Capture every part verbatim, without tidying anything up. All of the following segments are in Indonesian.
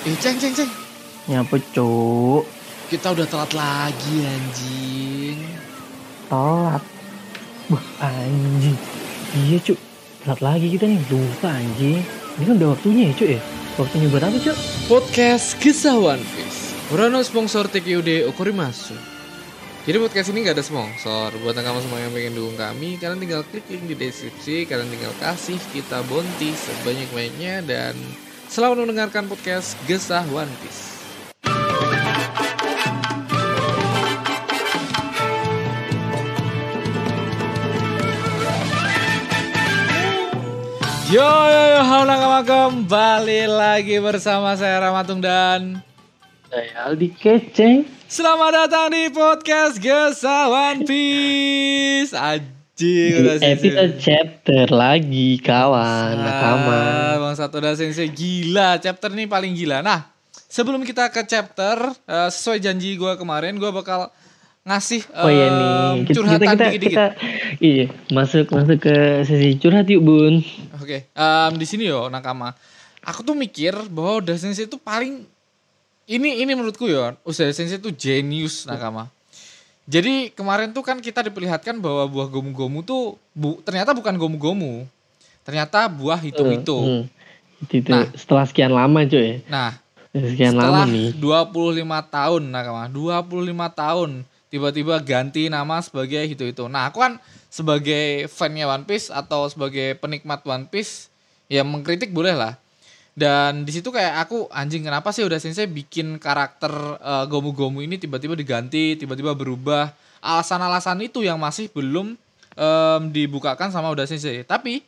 Eh ceng ceng ceng. Nyapa cuk? Kita udah telat lagi anjing. Telat? Wah anjing. Iya cuk. Telat lagi kita nih. Lupa anjing. Ini kan udah waktunya ya cuk ya. Waktunya buat apa cuk? Podcast Kisah One Piece. Urano sponsor T Q D Okorimasu. Jadi podcast ini gak ada sponsor. Buat kamu semua yang pengen dukung kami, kalian tinggal klik link di deskripsi. Kalian tinggal kasih kita bounty sebanyak-banyaknya. Dan selamat mendengarkan podcast Kisah One Piece. Yo yo yo, halo nakama, kembali lagi bersama saya Ramatung dan Saya Aldi Keceng. selamat datang di podcast Kisah One Piece. Anjing, udah Episode chapter lagi kawan, nakama. Bang Satu udah sensei gila, chapter ini paling gila. Nah, sebelum kita ke chapter, uh, sesuai janji gue kemarin, gue bakal ngasih um, Oh iya nih, kita, curhatan kita, kita, dikit-dikit. kita, iya, masuk masuk ke sesi curhat yuk bun. Oke, um, di sini yo nakama. Aku tuh mikir bahwa Oda Sensei itu paling ini ini menurutku yo, Oda Sensei itu jenius nakama. Jadi kemarin tuh kan kita diperlihatkan bahwa buah gomu-gomu tuh bu, ternyata bukan gomu-gomu. Ternyata buah hito-hito. Hmm, hmm. Itu, itu. Nah, setelah sekian lama cuy. Nah, sekian setelah lama nih. dua puluh lima tahun nakama, dua puluh lima tahun tiba-tiba ganti nama sebagai hito-hito. Nah, aku kan sebagai fan-nya One Piece atau sebagai penikmat One Piece ya mengkritik boleh lah. Dan di situ kayak aku anjing, kenapa sih Oda Sensei bikin karakter uh, gomu-gomu ini tiba-tiba diganti, tiba-tiba berubah. Alasan-alasan itu yang masih belum um, dibukakan sama Oda Sensei. Tapi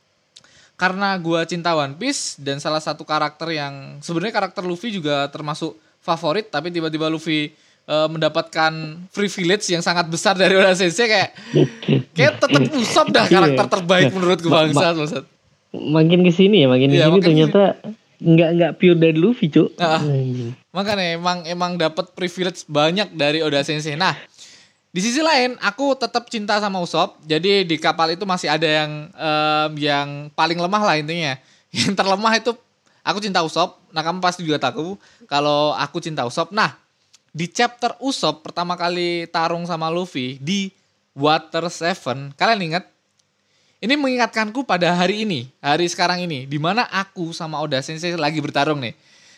karena gua cinta One Piece dan salah satu karakter yang sebenarnya karakter Luffy juga termasuk favorit, tapi tiba-tiba Luffy uh, mendapatkan privilege yang sangat besar dari Oda Sensei, kayak kayak tetap Usopp dah karakter terbaik menurutku bangsat bangsat. Makin kesini ya, makin Iya, kesini makin ternyata nggak nggak pure dari Luffy cuk. Nah, makanya emang emang dapat privilege banyak dari Oda Sensei. Nah, di sisi lain aku tetap cinta sama Usopp. Jadi di kapal itu masih ada yang um, yang paling lemah lah intinya. Yang terlemah itu aku cinta Usopp. Nah, kamu pasti juga tahu kalau aku cinta Usopp. Nah, di chapter Usopp pertama kali tarung sama Luffy di Water Seven, kalian ingat? Ini mengingatkanku pada hari ini, hari sekarang ini, di mana aku sama Oda Sensei lagi bertarung nih.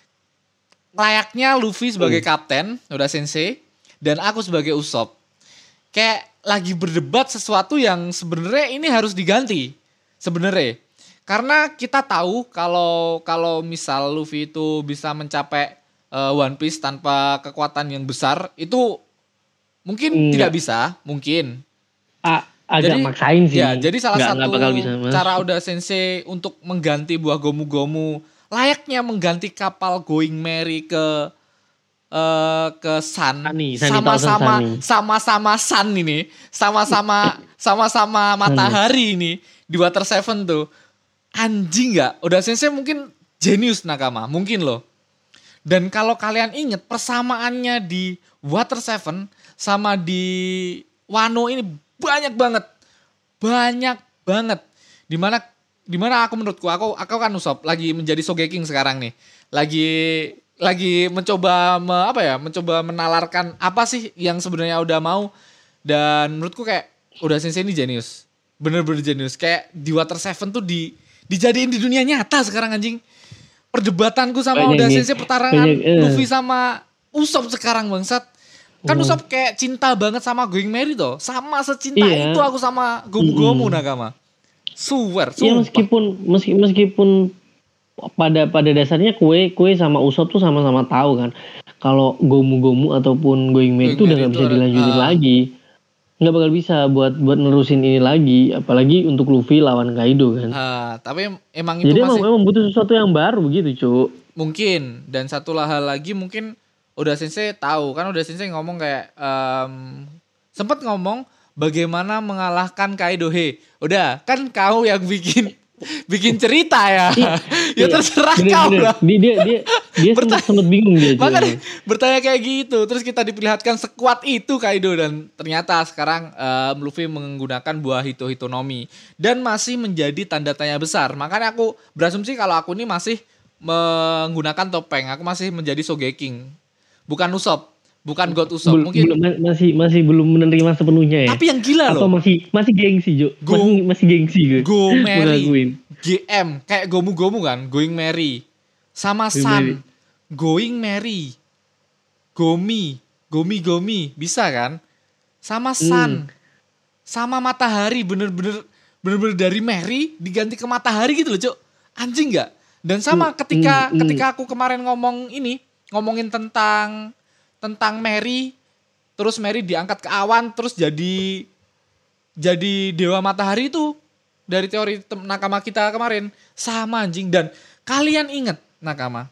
Layaknya Luffy sebagai hmm. kapten, Oda Sensei, dan aku sebagai Usopp. Kayak lagi berdebat sesuatu yang sebenarnya ini harus diganti, sebenarnya. Karena kita tahu kalau kalau misal Luffy itu bisa mencapai uh, One Piece tanpa kekuatan yang besar, itu mungkin hmm. tidak bisa, mungkin. Ah. Agak jadi, maksain sih. Ya, jadi salah nggak, satu nggak bisa, cara Oda Sensei untuk mengganti buah gomu-gomu, layaknya mengganti kapal Going Merry ke uh, ke Sun, Sunny, sama-sama Sunny. sama-sama Sun ini, sama-sama sama-sama matahari ini di Water Seven tuh. Anjing nggak? Oda Sensei mungkin jenius nakama, mungkin loh. Dan kalau kalian inget persamaannya di Water Seven sama di Wano ini banyak banget, banyak banget. Dimana, dimana aku menurutku, aku, aku kan Usopp lagi menjadi Sogeking sekarang nih, lagi, lagi mencoba, me, apa ya, mencoba menalarkan apa sih yang sebenarnya udah mau. Dan menurutku kayak Oda Sensei ini jenius, bener-bener jenius. Kayak di Water Seven tuh di, dijadiin di dunia nyata sekarang anjing. Perdebatanku sama banyak Oda Sensei, pertarungan uh. Luffy sama Usopp sekarang bangsat. Kan Usopp kayak cinta banget sama Going Merry tuh. Sama secinta iya. itu aku sama gomu-gomu mm-hmm. nakama. Swear, sumpah. Ya meskipun meski, meskipun pada pada dasarnya kue kue sama Usopp tuh sama-sama tahu kan. Kalau gomu-gomu ataupun Going Merry itu udah gak bisa dilanjutin uh, lagi. Gak bakal bisa buat buat nerusin ini lagi. Apalagi untuk Luffy lawan Kaido kan. Uh, tapi emang itu jadi masih... emang, emang butuh sesuatu yang baru gitu cu. Mungkin. Dan satu hal lagi mungkin Oda Sensei tahu kan, Oda Sensei ngomong kayak um, sempat ngomong bagaimana mengalahkan Kaido. He, udah kan kau yang bikin bikin cerita ya. Ya terserah bener, kau bener. lah. Dia dia dia, dia sempat sempat bingung dia. Makanya bertanya kayak gitu. Terus kita diperlihatkan sekuat itu Kaido, dan ternyata sekarang um, Luffy menggunakan buah Hito-Hitonomi dan masih menjadi tanda tanya besar. Makanya aku berasumsi kalau aku ini masih menggunakan topeng, aku masih menjadi Sogeking. Bukan Usopp, bukan God Usopp. Belum, Mungkin belum, masih masih belum menerima sepenuhnya ya. tapi yang gila Atau loh. masih masih gengsi, Jo. Go, masih masih gengsi gue. Go Mary, Mengakuin. G M kayak Gomu-Gomu kan, Going Mary. Sama Going Sun, Mary. Going Mary. Gomi, Gomi Gomi, bisa kan? Sama Sun. Hmm. Sama Matahari, bener-bener bener-bener dari Mary diganti ke Matahari gitu loh, Cuk. Anjing enggak? Dan sama Hmm, ketika hmm, hmm. ketika aku kemarin ngomong ini, ngomongin tentang tentang Mary, terus Mary diangkat ke awan, terus jadi jadi dewa matahari itu dari teori tem- nakama kita kemarin sama anjing. Dan kalian inget nakama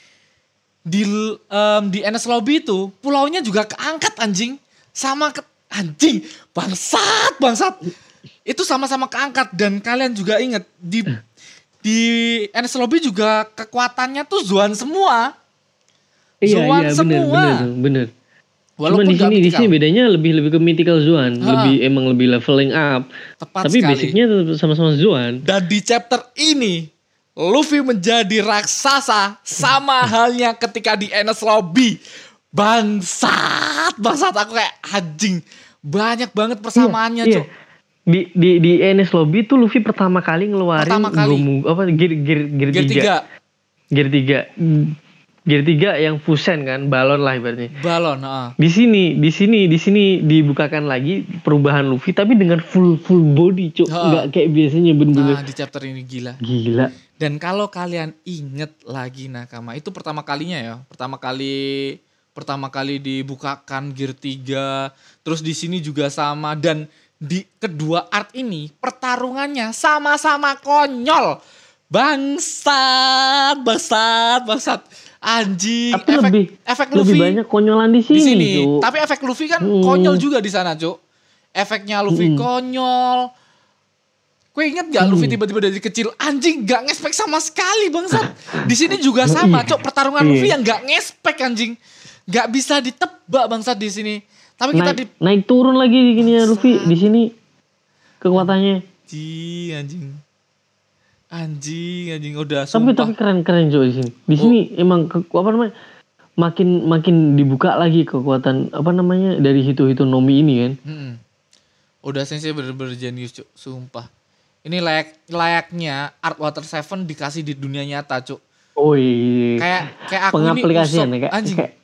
di em, di Enies Lobby itu pulaunya juga keangkat anjing, sama ke, anjing bangsat bangsat itu sama-sama keangkat. Dan kalian juga inget di di Enies Lobby juga kekuatannya tuh Zoan semua. Iya, Zoan iya, bener, semua. bener, bener. Walaupun Cuman di gak sini di mythical. sini bedanya lebih lebih ke mythical Zoan, Ha. lebih emang lebih leveling up. Tepat Tapi sekali. basicnya tetap sama-sama Zoan. Dan di chapter ini Luffy menjadi raksasa sama halnya ketika di Enies Lobby. Bangsat, bangsat aku kayak anjing. Banyak banget persamaannya, Iya, Cuk. iya. Di di di Enies Lobby tuh Luffy pertama kali ngeluarin Pertama kali. Gomu apa gear gear gear Gear tiga. tiga Gear tiga. Gear tiga yang fusen kan, balon lah ibaratnya. balon, heeh. Di sini, di sini, di sini dibukakan lagi perubahan Luffy tapi dengan full full body, Cuk. Ha. Enggak kayak biasanya bener-bener Nah, di chapter ini gila. gila. Dan kalau kalian inget lagi nakama, itu pertama kalinya ya. Pertama kali pertama kali dibukakan Gear tiga, terus di sini juga sama. Dan di kedua art ini pertarungannya sama-sama konyol. Bangsat, bangsat, bangsat. Anjing, Tapi efek lebih efek lebih Luffy banyak konyolan di di sini, sini. Cuk. Tapi efek Luffy kan Hmm. konyol juga di sana, Cuk. Efeknya Luffy Hmm. konyol. Kue inget gak Hmm. Luffy tiba-tiba dari kecil anjing gak ngespek sama sekali bangsat. Di sini juga sama, Iya. Cuk. Pertarungan Iya. Luffy yang gak ngespek anjing. Gak bisa ditebak bangsat di sini. Tapi kita naik, di naik turun lagi gini ya Luffy Bangsat. di sini kekuatannya. anjing anjing. Anjing anjing udah Tapi sumpah. tapi keren-keren juga di sini. Di Oh. sini emang ke, apa namanya? Makin makin dibuka lagi kekuatan apa namanya dari Hito-Hito Nomi ini kan. Mm-mm. Udah sensei bener-bener jenius, Cuk. Sumpah. Ini layak layaknya Art Water Seven dikasih di dunia nyata, Cuk. Oh iya. Kayak kayak aku ini Pengaplikasian Usopp, ya kayak, anjing. kayak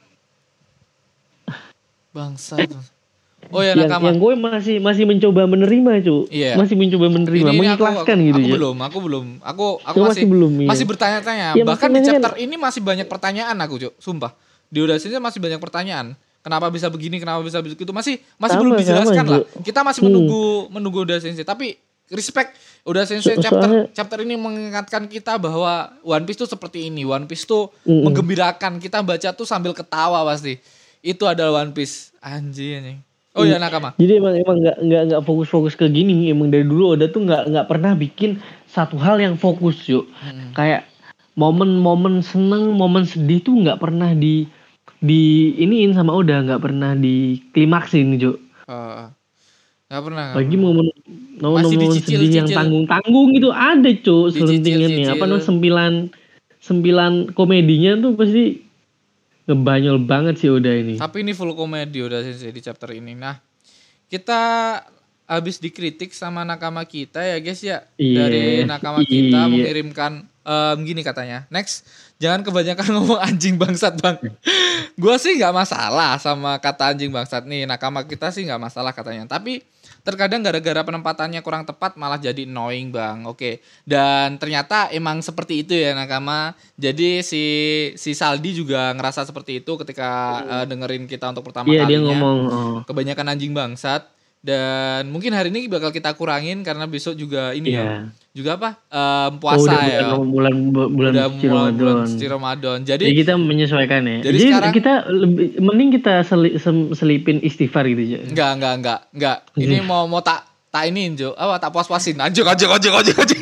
Bangsat. Oh ya yang, nakama. yang gue masih masih mencoba menerima, Cuk. Iya. Masih mencoba menerima, Ini- ini aku- mengikhlaskan aku, gitu aku ya. belum, aku belum. Aku aku Lu masih masih belum, iya. masih bertanya-tanya. Ya, Bahkan di makanya chapter kan- ini masih banyak pertanyaan aku, Cuk. Sumpah. Di Udasensei masih banyak pertanyaan. Kenapa bisa begini, kenapa bisa begitu? Masih masih Sama, belum sama, dijelaskan lah. Cuk. Kita masih Hmm. menunggu menunggu Udasensei. Tapi respect Udasensei So- chapter soalnya- chapter ini mengingatkan kita bahwa One Piece tuh seperti ini. One Piece tuh Mm-mm. menggembirakan. Kita baca tuh sambil ketawa pasti. Itu adalah One Piece. Anjing anjing. Oh ya nakama. Jadi emang emang nggak nggak nggak fokus-fokus ke gini. Emang dari dulu Oda tuh nggak nggak pernah bikin satu hal yang fokus, yuk. Mm-mm. Kayak momen-momen seneng, momen sedih tuh nggak pernah di di iniin sama Oda, nggak pernah di klimaksin, Cuk. Eh, Gak pernah. nggak Lagi pernah. momen momen, Masih momen dicicil- sedih yang cicil. tanggung-tanggung gitu ada, Cuk, Dicicil- selentingannya. cicil. Apa namanya sembilan sembilan komedinya tuh pasti ngebanyol banget sih Oda ini. Tapi ini full komedi udah sensei di chapter ini. Nah, kita habis dikritik sama nakama kita ya guys ya. Iya, Dari nakama kita iya. mengirimkan em, gini katanya. Next, jangan kebanyakan ngomong anjing bangsat bang. Gua sih nggak masalah sama kata anjing bangsat nih. Nakama kita sih nggak masalah katanya. Tapi terkadang gara-gara penempatannya kurang tepat malah jadi annoying bang. Oke. Dan ternyata emang seperti itu ya nakama. Jadi si si Saldi juga ngerasa seperti itu ketika eh, dengerin kita untuk pertama Iya, dia kalinya. ngomong, oh. Kebanyakan anjing bangsat. Dan mungkin hari ini bakal kita kurangin karena besok juga ini Iya. ya. Juga apa? Em, Oh, puasa udah ya. bulan bulan bulan Udah suci mulai Ramadan. bulan suci Ramadan. Jadi Jadi kita menyesuaikan ya. Jadi Jadi, sekarang- kita lebih mending kita seli- sem- selipin istighfar gitu aja. enggak enggak enggak enggak. Ini mau mau tak tak iniin Jo. Apa tak puas-puasin. Anjing anjing anjing anjing anjing.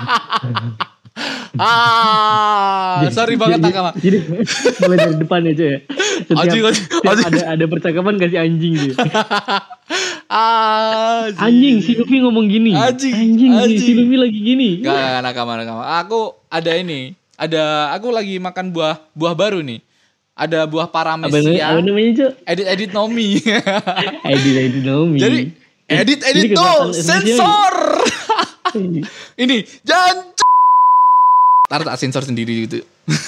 ah, sorry banget Jadi- nakama. Jadi mulai dari depan aja ya. Setiap, Anjing, anjing, setiap anjing. ada ada percakapan kasih anjing gitu. Ah, Anjing si Luffy ngomong gini. Anjing, anjing, si- anjing. si Luffy lagi gini. Enggak, enggak, nakama, nakama. Aku ada ini. ada aku lagi makan buah buah baru nih. Ada buah paramesia. Apa namanya, Cuk? Edit-edit Nomi. Edit-edit Nomi. Jadi edit-edit tuh sensor. Ini jangan ntar tak sensor sendiri gitu.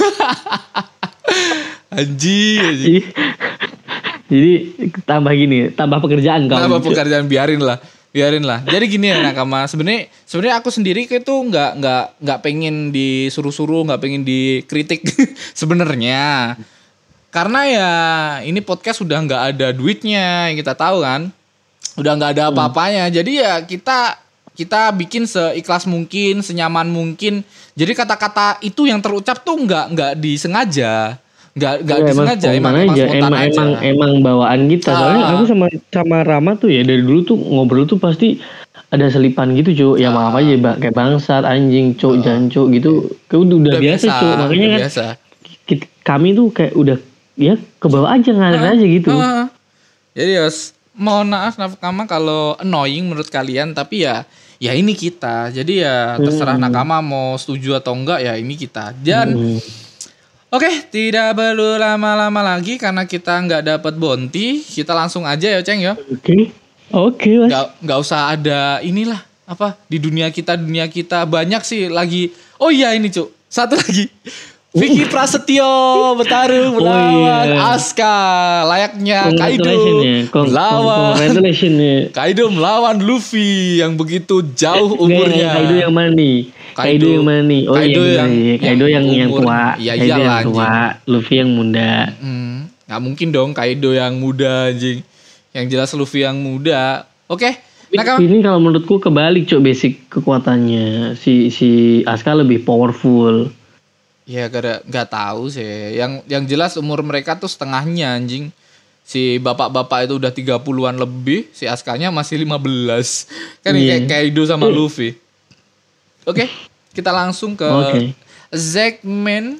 Anjing, anjing. Jadi tambah gini, tambah pekerjaan kamu. Tambah pekerjaan, biarin lah. Biarin lah. Jadi gini ya nakama, sebenarnya sebenarnya aku sendiri itu nggak nggak nggak pengen disuruh-suruh, nggak pengen dikritik sebenarnya. Karena ya ini podcast udah nggak ada duitnya, yang kita tahu kan. Udah nggak ada apa-apanya. Jadi ya kita kita bikin seikhlas mungkin, senyaman mungkin. Jadi kata-kata itu yang terucap tuh nggak nggak disengaja, nggak nggak ya, disengaja, emang emang aja, emang emang, aja. emang emang bawaan kita. Soalnya Ah. aku sama sama Rama tuh ya dari dulu tuh ngobrol tuh pasti ada selipan gitu, Cuk. Ya Ah. maaf aja, Mbak, kayak bangsat, anjing, Cuk, jancuk gitu. Kayak udah, udah, biasa, Cuk. Makanya udah kan biasa. kita, kami tuh kayak udah ya ke bawah aja, ngalir Ah, aja gitu. ah. Jadi ya mohon maaf nakama kalau annoying menurut kalian, tapi ya ya ini kita. Jadi ya terserah Hmm. nakama mau setuju atau enggak, ya ini kita. Dan Hmm. oke, tidak perlu lama-lama lagi karena kita nggak dapat bounty, kita langsung aja ya Ceng ya. Oke. Oke, Mas. Nggak nggak usah ada inilah apa di dunia kita dunia kita banyak sih lagi. Oh iya ini Cuk, satu lagi. Vicky Prasetyo bertarung melawan iya. Aska, layaknya Kaido Congratulations ya. Con- melawan Congratulations ya. Kaido melawan Luffy yang begitu jauh Nggak, umurnya. Kaido yang mana nih? Kaido, Kaido- yang mana nih? Oh Kaido iya, yang- iya. Kaido yang yang yang umur. tua. Iya, Kaido iyalah, yang tua, Luffy yang muda. Hmm, nggak mungkin dong Kaido yang muda anjing. Yang jelas Luffy yang muda. Oke. Nah, kawan. Ini kalau menurutku kebalik, Cok, basic kekuatannya. Si si Asuka lebih powerful. Ya gak nggak tahu sih. Yang yang jelas umur mereka tuh setengahnya anjing. Si bapak-bapak itu udah tiga puluhan lebih, si Askanya masih lima belas. Kan Iya. kayak Kaido sama Luffy. Oke, kita langsung ke Oke. segmen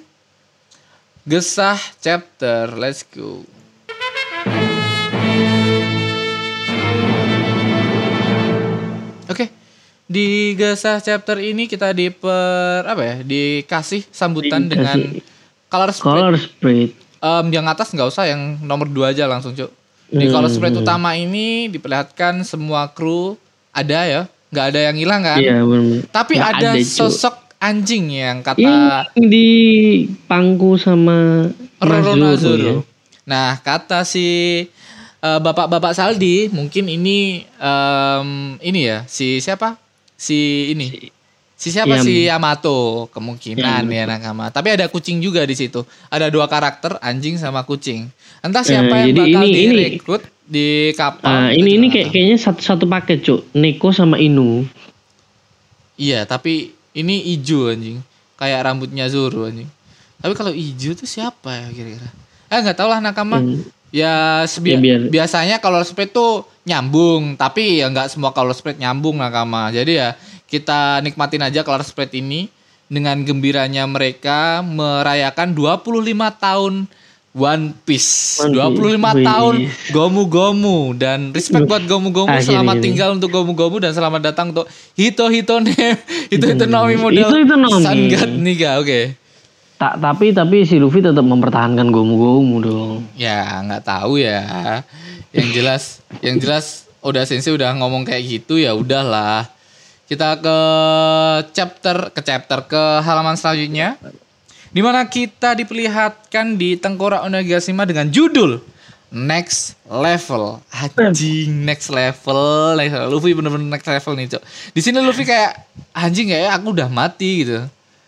Gesah chapter. Let's go. Oke. Di Gesah chapter ini kita diper apa ya? Dikasih sambutan Dikasih dengan color spread. Color spread. Em, yang atas nggak usah, yang nomor dua aja langsung Cuk. Di color spread Hmm. utama ini diperlihatkan semua kru ada ya, nggak ada yang hilang kan? Iya, benar. Tapi Nggak ada, Cok. sosok anjing yang kata Ini di pangku sama Roro Nazuru, Nazuru. ya. Nah, kata si eh, bapak-bapak Saldi, mungkin ini em, ini ya, si siapa? Si ini. Si siapa Yam. si Yamato kemungkinan Yamato. ya nakama. Tapi ada kucing juga di situ. Ada dua karakter, anjing sama kucing. Entah siapa Eh, yang jadi bakal ini- ini- direkrut di kapal. Ah, kita ini juga ini nggak kayak tahu. kayaknya satu satu paket, Cuk. Neko sama Inu. Iya, tapi ini ijo anjing. Kayak rambutnya Zoro anjing. Tapi kalau ijo tuh siapa ya kira-kira? Eh nggak tahu lah nakama. Hmm. Ya, sebi- Ya, biar- biasanya color spread tuh nyambung, tapi ya nggak semua color spread nyambung nakama. Jadi ya kita nikmatin aja color spread ini dengan gembiranya mereka merayakan dua puluh lima tahun One Piece. One Piece, dua puluh lima wih. tahun Gomu Gomu, dan respect buat Gomu Gomu, Akhirnya selamat gini. tinggal untuk Gomu Gomu, dan selamat datang untuk Hito Hito Ne Hito Hito Nomi model Hito Hito Nomi. Sun God Niga. Oke. Tak, tapi tapi si Luffy tetap mempertahankan Gomu-Gomu dong. Ya nggak tahu ya. Yang jelas, yang jelas Oda Sensei udah ngomong kayak gitu, ya udahlah. Kita ke chapter ke chapter ke halaman selanjutnya, di mana kita diperlihatkan di tengkorak Onigashima dengan judul Next Level. Anjing, next level. Next level. Luffy bener-bener next level nih, Cok. Di sini Luffy kayak anjing ya, aku udah mati gitu.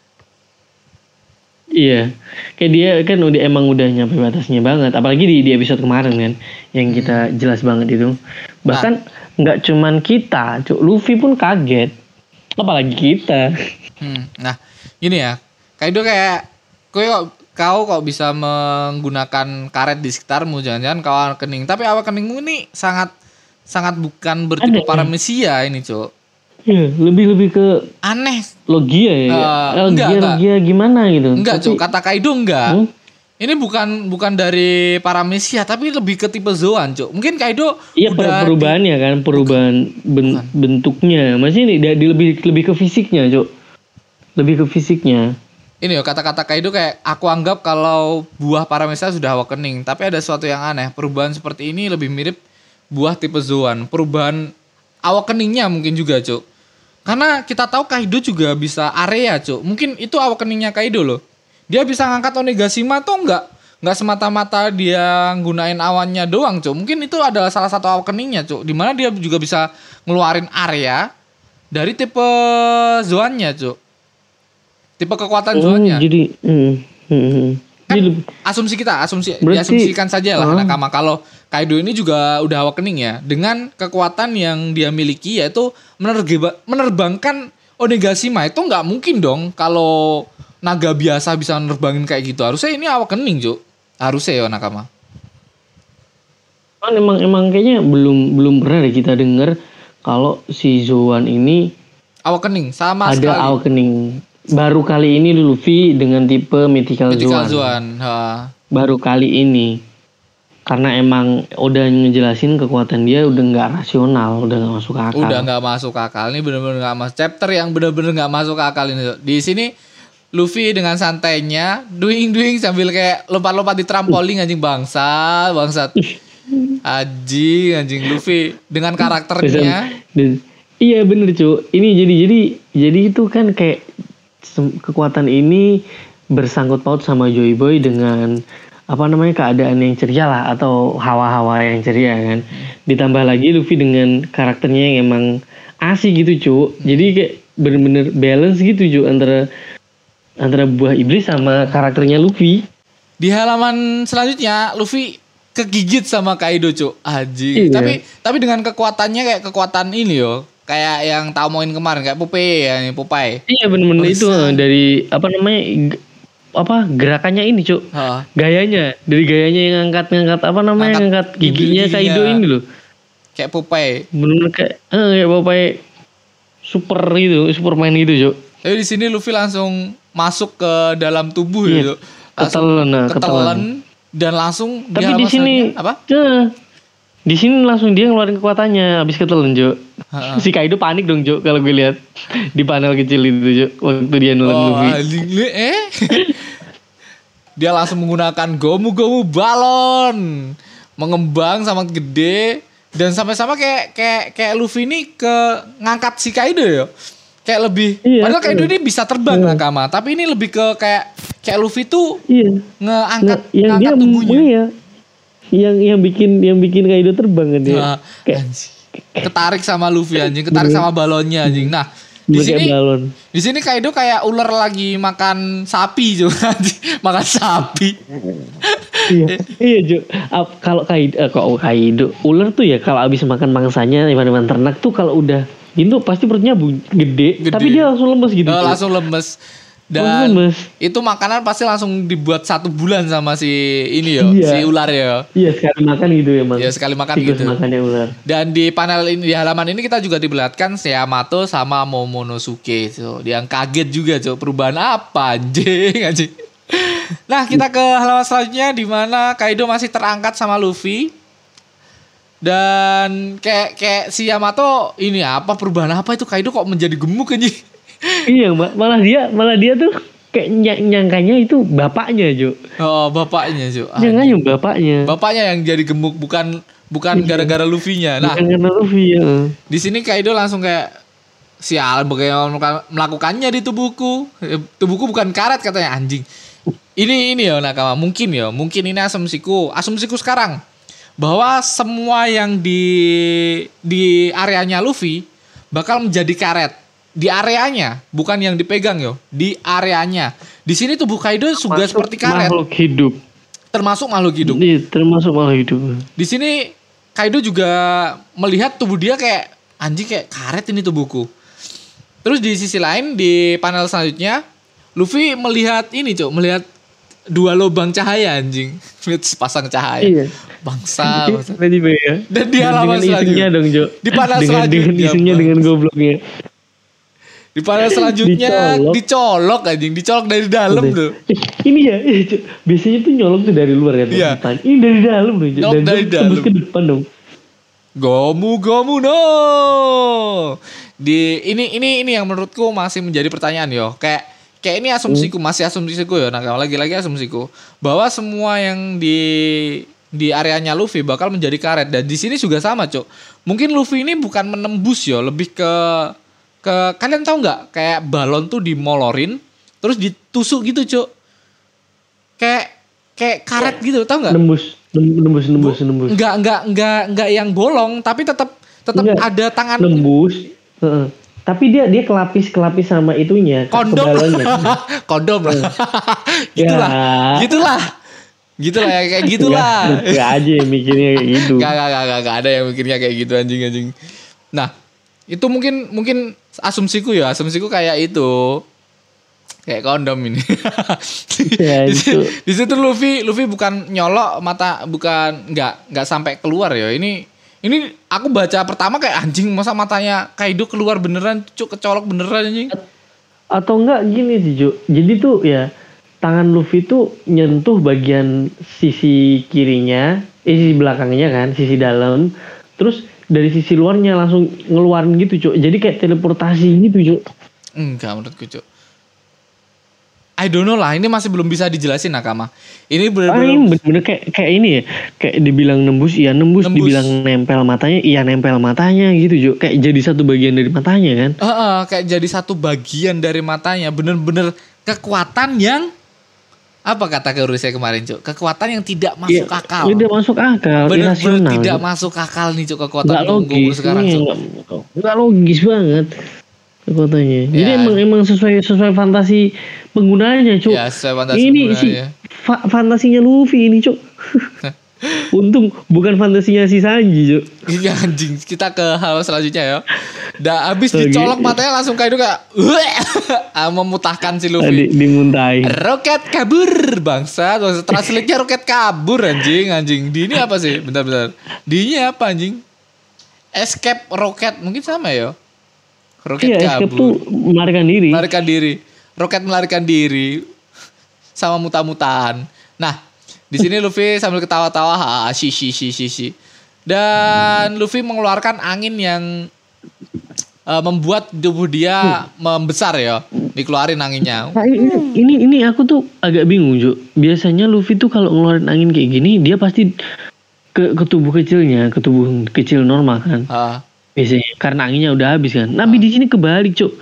Iya, kayak dia kan udah emang udah nyampe batasnya banget. Apalagi di, di episode kemarin kan, yang kita jelas banget itu. Bahkan nggak cuman kita, Cuk, Luffy pun kaget. Apalagi kita. Hmm, nah, gini ya, Kaido kayak, kau kok kau kok bisa menggunakan karet di sekitarmu, jangan-jangan kau awakening. Tapi awakeningmu ini sangat sangat bukan bertipe Ada. paramesia ini, Cok. Iya, lebih lebih ke Aneh. logia ya. Eh, logia, enggak, enggak. logia gimana gitu. Enggak, Tapi- Cok. Kata Kaido enggak. Hmm? Ini bukan bukan dari paramesia, tapi lebih ke tipe Zoan, Cok. Mungkin Kaido Iya, per- udah perubahannya kan, perubahan ben- bentuknya. Masih ini di, di- lebih lebih ke fisiknya, Cuk. Lebih ke fisiknya. ini yo kata-kata Kaido kayak aku anggap kalau buah Paramesa sudah awakening, tapi ada sesuatu yang aneh. Perubahan seperti ini lebih mirip buah tipe Zoan. Perubahan awakeningnya mungkin juga, Cuk. Karena kita tahu Kaido juga bisa area, Cuk. Mungkin itu awakeningnya Kaido loh. Dia bisa ngangkat Onigashima tuh enggak enggak semata-mata dia gunain awannya doang, Cuk. Mungkin itu adalah salah satu awakeningnya, Cuk. Dimana dia juga bisa ngeluarin area dari tipe Zoannya, Cuk. Tipe kekuatan Oh, Zoannya. jadi hmm, hmm, hmm. Kan Jadi, asumsi kita, asumsi Berarti- diasumsikan saja lah Ah. Nakama kalau Kaido ini juga udah awakening ya dengan kekuatan yang dia miliki yaitu menergeba, menerbangkan Onigashima. Itu nggak mungkin dong kalau naga biasa bisa nerbangin kayak gitu. Harusnya ini awakening, Cuk. Harusnya ya Nakama. kan emang emang kayaknya belum belum pernah deh kita dengar kalau si Zoan ini Awakening sama ada sekali. awakening. Baru kali ini Luffy dengan tipe Mythical, Mythical Zoan. Zoan. Ha. Baru kali ini. Karena emang udah ngejelasin kekuatan dia udah nggak rasional, udah nggak masuk akal. Udah nggak masuk akal. Ini bener-bener nggak masuk. Chapter yang bener-bener nggak masuk akal ini. Cuk. Di sini Luffy dengan santainya doing-doing sambil kayak lompat-lompat di trampolin anjing bangsa, bangsat. Anjing, anjing Luffy dengan karakternya. Dan- iya bener cu. Ini jadi jadi jadi itu kan kayak sem- kekuatan ini bersangkut paut sama Joy Boy dengan apa namanya keadaan yang ceria lah atau hawa-hawa yang ceria kan. Ditambah lagi Luffy dengan karakternya yang emang asik gitu cu. Jadi kayak bener-bener balance gitu cu antara antara buah iblis sama karakternya Luffy. Di halaman selanjutnya Luffy kegigit sama Kaido, Cuk. Anjing. Iya. Tapi tapi dengan kekuatannya kayak kekuatan ini yo. Kayak yang tau main kemarin kayak Popeye ya, ini Popeye. Iya bener-bener Oh, itu bisa. dari apa namanya g- apa gerakannya ini cuk. Ha. Gayanya dari gayanya yang ngangkat-ngangkat apa namanya Ngangkat ngangkat giginya gigi-giginya. Kaido ini loh. Kayak Popeye. Bener kayak eh kayak Popeye super gitu, Superman gitu cuk. Tapi di sini Luffy langsung masuk ke dalam tubuh Iya, gitu. Langsung ketelan, nah, ketelan ketelan. dan langsung Tapi di halaman sini selanjutnya, apa? eh, di sini langsung dia ngeluarin kekuatannya habis ketelan cuk. Ha-ha. Si Kaido panik dong cuk kalau gue lihat di panel kecil itu cuk waktu dia nulun Oh, Luffy. anjing lu, eh. Dia langsung menggunakan gomu-gomu balon. Mengembang sama gede dan sampai-sama kayak kayak kayak Luffy ini ke ngangkat si Kaido ya. Kayak lebih Iya, padahal Kaido iya. ini bisa terbang Iya. Nakama, tapi ini lebih ke kayak kayak Luffy tuh Iya. ngeangkat Nah, yang dia ngangkat tubuhnya. iya. Yang yang bikin yang bikin Kaido terbang kan dia. Nah, Kayak anjing. Ketarik sama Luffy anjing, ketarik sama balonnya anjing. Nah, di pakai sini balon. di sini Kaido kayak ular lagi makan sapi juga anjing. Makan sapi. Iya, iya Jo. Ap- Kalau Kaido, eh, kok Kaido, ular tuh ya kalau abis makan mangsanya hewan-hewan ternak tuh kalau udah gitu pasti perutnya bu- gede, Gede. tapi dia langsung lemes gitu. Eh, Jo. langsung lemes. Dan Langsung lemes. itu makanan pasti langsung dibuat satu bulan sama si ini yo, Iya. si ular ya. Iya sekali makan gitu ya Ya sekali makan Siklus gitu. makannya ular. Dan di panel ini di halaman ini kita juga diperlihatkan si Yamato sama Momonosuke. So, dia yang kaget juga, Cok. Perubahan apa anjing, anjing. Nah, kita ke halaman selanjutnya di mana Kaido masih terangkat sama Luffy. Dan kayak kayak si Yamato ini apa perubahan apa itu Kaido kok menjadi gemuk anjing. Iya, ma- malah dia malah dia tuh kayak ny- nyangkanya itu bapaknya Jo. Oh, bapaknya, Cok. Nyangkanya bapaknya. Bapaknya yang jadi gemuk bukan bukan gara-gara Luffy-nya. Nah, Bukan karena Luffy ya. di sini Kaido langsung kayak sial bagaimana melakukan- melakukannya di tubuhku. Eh, Tubuhku bukan karet katanya anjing. Ini ini ya Nakama, mungkin ya, mungkin ini asumsiku, asumsiku sekarang bahwa semua yang di di areanya Luffy bakal menjadi karet. Di areanya, bukan yang dipegang yo, di areanya. Di sini tubuh Kaido juga Masuk seperti karet, Makhluk hidup. termasuk makhluk hidup. Iya, termasuk makhluk hidup. Di sini Kaido juga melihat tubuh dia kayak anjing kayak karet ini tubuhku. Terus di sisi lain di panel selanjutnya Luffy melihat ini cok, melihat dua lubang cahaya anjing, melihat sepasang cahaya. Iya. Bangsa, bangsa. Tiba-tiba ya. Dan di halaman dengan isunya selanjutnya dong Jo. Di panel dengan, dengan selanjutnya, isunya Bang. dengan gobloknya. Di panel selanjutnya Dicolok. dicolok anjing, dicolok dari dalam Udah. tuh. Eh, ini ya, eh, Jo. Biasanya tuh nyolong tuh dari luar kan. Iya. Depan. Ini dari dalam dong Jo. Nyolok Dan dari tuh tembus dalam. ke depan dong. Gomu Gomu no. Di ini ini ini yang menurutku masih menjadi pertanyaan yo. Kayak kayak ini asumsiku, masih asumsiku ya, nah lagi-lagi asumsiku bahwa semua yang di di areanya Luffy bakal menjadi karet, dan di sini juga sama, Cuk. Mungkin Luffy ini bukan menembus ya, lebih ke ke kalian tahu nggak kayak balon tuh dimolorin terus ditusuk gitu, Cuk. Kayak kayak karet gitu, tahu nggak? Nembus, nembus, nembus, nembus. Enggak, enggak, enggak, enggak yang bolong, tapi tetap tetap Enggak. ada tangan Nembus. Heeh. Tapi dia dia kelapis-kelapis sama itunya, kondom. Kondom lah. Gitulah. Ya. Gitulah. Gitulah ya, kayak gitulah. Enggak aja mikirnya kayak gitu. Enggak, enggak, enggak, enggak ada yang mikirnya kayak gitu, anjing anjing. Nah, itu mungkin mungkin asumsiku ya, asumsiku kayak itu. Kayak kondom ini. Ya, di, itu. di situ Luffy Luffy bukan nyolok mata, bukan enggak enggak sampai keluar ya. Ini ini aku baca pertama kayak anjing, masa matanya Kaido keluar beneran, Cuk, kecolok beneran anjing. Atau enggak gini sih, Cuk. Jadi tuh ya tangan Luffy tuh nyentuh bagian sisi kirinya, eh, sisi belakangnya kan, sisi dalam. Terus dari sisi luarnya langsung ngeluarin gitu, Cuk. Jadi kayak teleportasi gitu, Cuk. Enggak menurutku, Cuk. I don't know lah, ini masih belum bisa dijelasin, Nakama. Ini bener-bener, Ah, ini bener-bener kayak kayak ini ya, kayak dibilang nembus, iya nembus, Nembus. dibilang nempel matanya, iya nempel matanya gitu, Cuk. Kayak jadi satu bagian dari matanya kan. uh, uh, kayak jadi satu bagian dari matanya, bener-bener kekuatan yang apa kata Guru saya kemarin, Cuk? Kekuatan yang tidak masuk Iya, akal. Tidak masuk akal, Bener-bener irasional. tidak Cuk. masuk akal nih, Cuk, kekuatan Nggak Gomu logis, sekarang, ini Cuk. nggak nggak logis banget kekuatannya. Jadi Ya. emang emang sesuai sesuai fantasi penggunanya, Cuk. Ya, sesuai fantasi ini penggunanya. si fa- fantasinya Luffy ini, Cuk. Untung bukan fantasinya si Sanji, Cuk. Iya anjing, kita ke hal selanjutnya ya. Dah habis Oke. dicolok matanya langsung Kaido kayak ah, memutahkan si Tadi Luffy. dimuntahin. Roket kabur bangsa. Translate-nya roket kabur anjing, anjing. Di ini apa sih? Bentar-bentar. Di-nya apa anjing? Escape roket, mungkin sama ya. Roket Iya, escape tuh kabur. melarikan diri. Melarikan diri. Roket melarikan diri sama muta-mutaan. Nah, di sini Luffy sambil ketawa-tawa, ha, si si si si si. Dan Luffy mengeluarkan angin yang uh, membuat tubuh dia membesar ya. Dikeluarin anginnya. Nah, ini, ini ini aku tuh agak bingung, Cuk. Biasanya Luffy tuh kalau ngeluarin angin kayak gini, dia pasti ke, ke tubuh kecilnya, ke tubuh kecil normal kan. Ah, Biasanya karena anginnya udah habis kan. Tapi di sini kebalik, Cuk.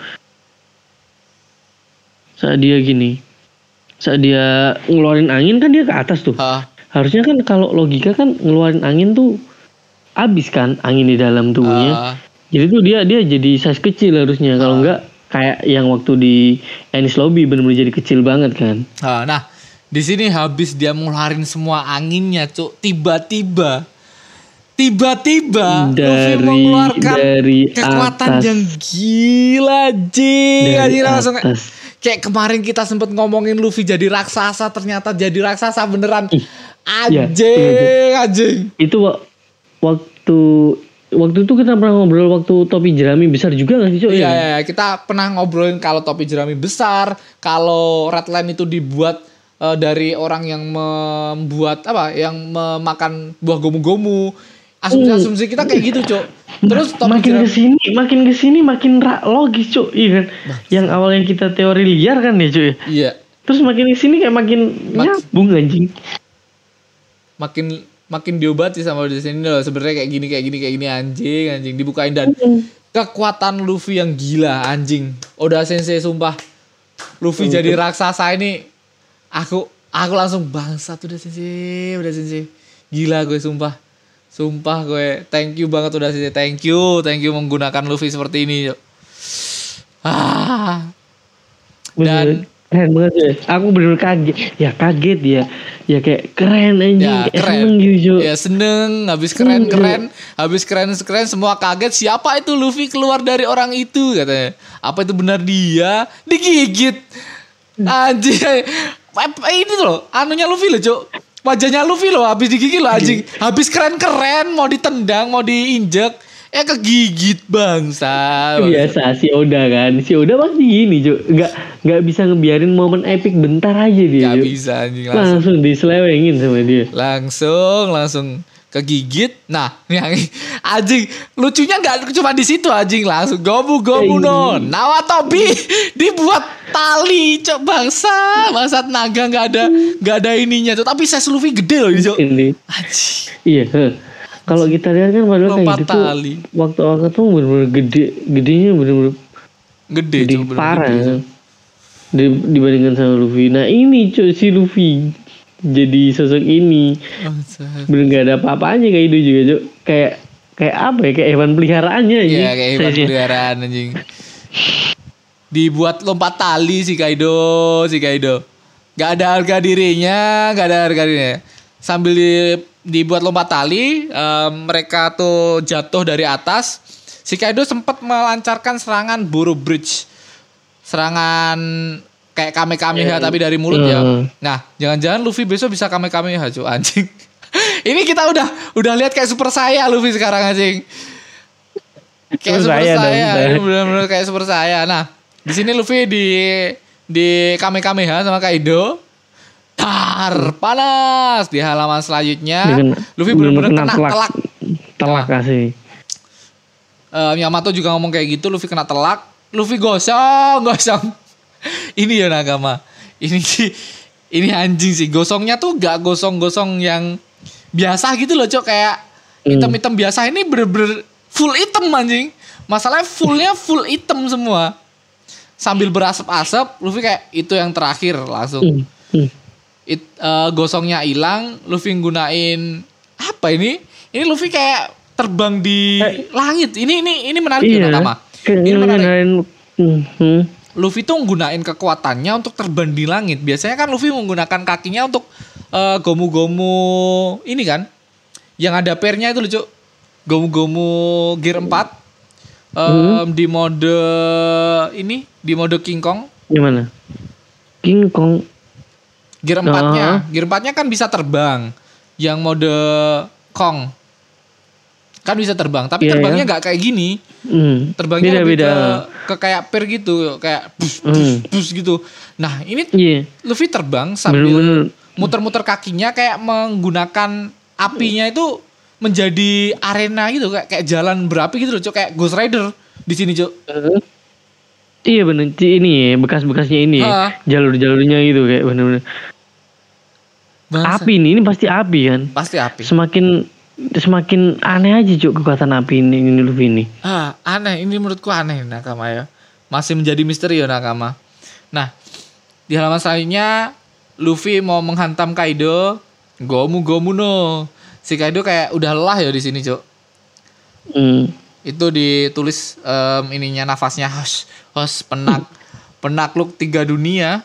Saat dia gini, saat dia ngeluarin angin kan dia ke atas tuh. ah, Harusnya kan kalau logika kan ngeluarin angin tuh habis kan angin di dalam tubuhnya. ah. Jadi tuh dia dia jadi size kecil harusnya. Kalau Ah. enggak kayak yang waktu di Enies Lobby benar-benar jadi kecil banget kan. Ah, nah, di sini habis dia mengeluarin semua anginnya, Cuk. Tiba-tiba Tiba-tiba Luffy Dari- mengeluarkan dari kekuatan atas. yang gila, jing. Dari Anjing, langsung kayak- atas. kayak kemarin kita sempet ngomongin Luffy jadi raksasa, ternyata jadi raksasa beneran. Ih, Anjing, iya, anjing. Itu wa- waktu waktu itu kita pernah ngobrol waktu topi jerami besar juga nggak sih, Cok? Iya, Ya? iya, kita pernah ngobrolin kalau topi jerami besar, kalau Redline itu dibuat eh, dari orang yang membuat apa, yang memakan buah gomu-gomu. Asumsi-asumsi kita kayak gitu, Cok. Terus topi makin jerami kesini makin kesini makin ra- logis, Cok. Iya kan? Yang awalnya kita teori liar kan ya, Cok ya. iya, Terus makin kesini kayak makin Mak- nyambung anjing. makin makin diobati sama di sini loh. Sebenarnya kayak gini kayak gini kayak gini anjing, anjing dibukain dan kekuatan Luffy yang gila anjing. Oda Sensei sumpah. Luffy jadi raksasa ini aku aku langsung bangsa tuh Oda Sensei, Oda Sensei. Gila gue sumpah. Sumpah gue thank you banget Oda Sensei. Thank you, thank you menggunakan Luffy seperti ini. Yuk. Ah. Dan- Bener. Keren banget ya. Aku bener kaget. Ya kaget ya. Ya kayak keren anjing. Ya, kayak keren. seneng gitu, Cok. Ya seneng, habis keren-keren, habis keren-keren semua kaget siapa itu Luffy keluar dari orang itu katanya. Apa itu benar dia? Digigit. Anjing. Ini loh, anunya Luffy loh, Cok. Wajahnya Luffy loh habis digigit loh anjing. Habis keren-keren mau ditendang, mau diinjek, eh kegigit bangsa. Biasa si Oda kan. Si Oda pasti gini, Cok. Nggak nggak bisa ngebiarin momen epic bentar aja dia. Gak Cok. bisa anjing langsung. Langsung diselewengin sama dia. Langsung, langsung kegigit. Nah, yang anjing lucunya nggak cuma di situ anjing, langsung gomu gomu no. Nawatobi dibuat tali, cok, bangsa, bangsat naga nggak ada nggak ada ininya tuh, tapi size Luffy gede loh, cok. Anjing. Iya, huh. Kalau kita lihat kan padahal kayak gitu tuh waktu-waktu tuh bener-bener gede, gedenya bener-bener gede, gede cok, parah gede, Di, dibandingkan sama Luffy. Nah ini cuy si Luffy jadi sosok ini bener gak ada apa-apanya kayak itu juga cuy, kayak kayak apa ya, kayak hewan peliharaannya aja. Iya, kayak hewan peliharaan anjing. Dibuat lompat tali si Kaido, si Kaido. Gak ada harga dirinya, gak ada harga dirinya. Sambil di, dibuat lompat tali, um, mereka tuh jatuh dari atas. Si Kaido sempat melancarkan serangan Boro Bridge. Serangan kayak Kamehameha yeah. tapi dari mulut uh. ya. Nah, jangan-jangan Luffy besok bisa Kamehameha, cuy, anjing. Ini kita udah udah lihat kayak Super Saya Luffy sekarang, anjing. Kayak Super, super Saya, ini benar-benar kayak Super Saya. Nah, di sini Luffy di di Kamehameha sama Kaido. Tar, panas. Di halaman selanjutnya Dengan, Luffy benar-benar kena telak. Telak, telak kasih. Uh, Yamato juga ngomong kayak gitu, Luffy kena telak. Luffy gosong, gosong. Ini ya Nakama. Ini ini anjing sih. Gosongnya tuh gak gosong-gosong yang biasa gitu loh, Cok. Kayak item-item biasa, ini bener-bener full item anjing. Masalahnya fullnya full item semua. Sambil berasap-asap, Luffy kayak itu yang terakhir langsung. It, uh, gosongnya hilang, Luffy gunain apa ini? Ini Luffy kayak terbang di eh. langit. Ini ini ini menarik iya. ya Nakama. Ini menarik. Mm-hmm. Luffy tuh menggunakan kekuatannya untuk terbang di langit. Biasanya kan Luffy menggunakan kakinya untuk uh, gomu-gomu ini kan. Yang ada pairnya itu lucu. Gomu-gomu gear empat. Um, mm-hmm. Di mode ini. Di mode King Kong. Gimana? King Kong. Gear empatnya. Uh-huh. Gear empatnya kan bisa terbang. Yang mode Kong. Kan bisa terbang, tapi yeah, terbangnya nggak yeah. kayak gini. Mm. Terbangnya beda, lebih beda. Ke, ke kayak per gitu, kayak bus, bus, mm. bus gitu. Nah ini yeah. Luffy terbang sambil bener-bener muter-muter kakinya kayak menggunakan apinya itu menjadi arena gitu, kayak kayak jalan berapi gitu loh, Cok, kayak Ghost Rider di sini, Cok. Uh, iya bener, ini ya, bekas-bekasnya ini, ya. Jalur-jalurnya gitu kayak bener-bener. Api ini, ini pasti api kan? Pasti api. Semakin Semakin aneh aja Cuk kekuatan api ini, ini Luffy ini. Ah, aneh. Ini menurutku aneh Nakama ya. Masih menjadi misteri ya Nakama. Nah, di halaman selanjutnya Luffy mau menghantam Kaido. Gomu gomu no. Si Kaido kayak udah lelah ya di sini Cuk. Hmm. Itu ditulis um, ininya nafasnya hos hos penak penakluk tiga dunia.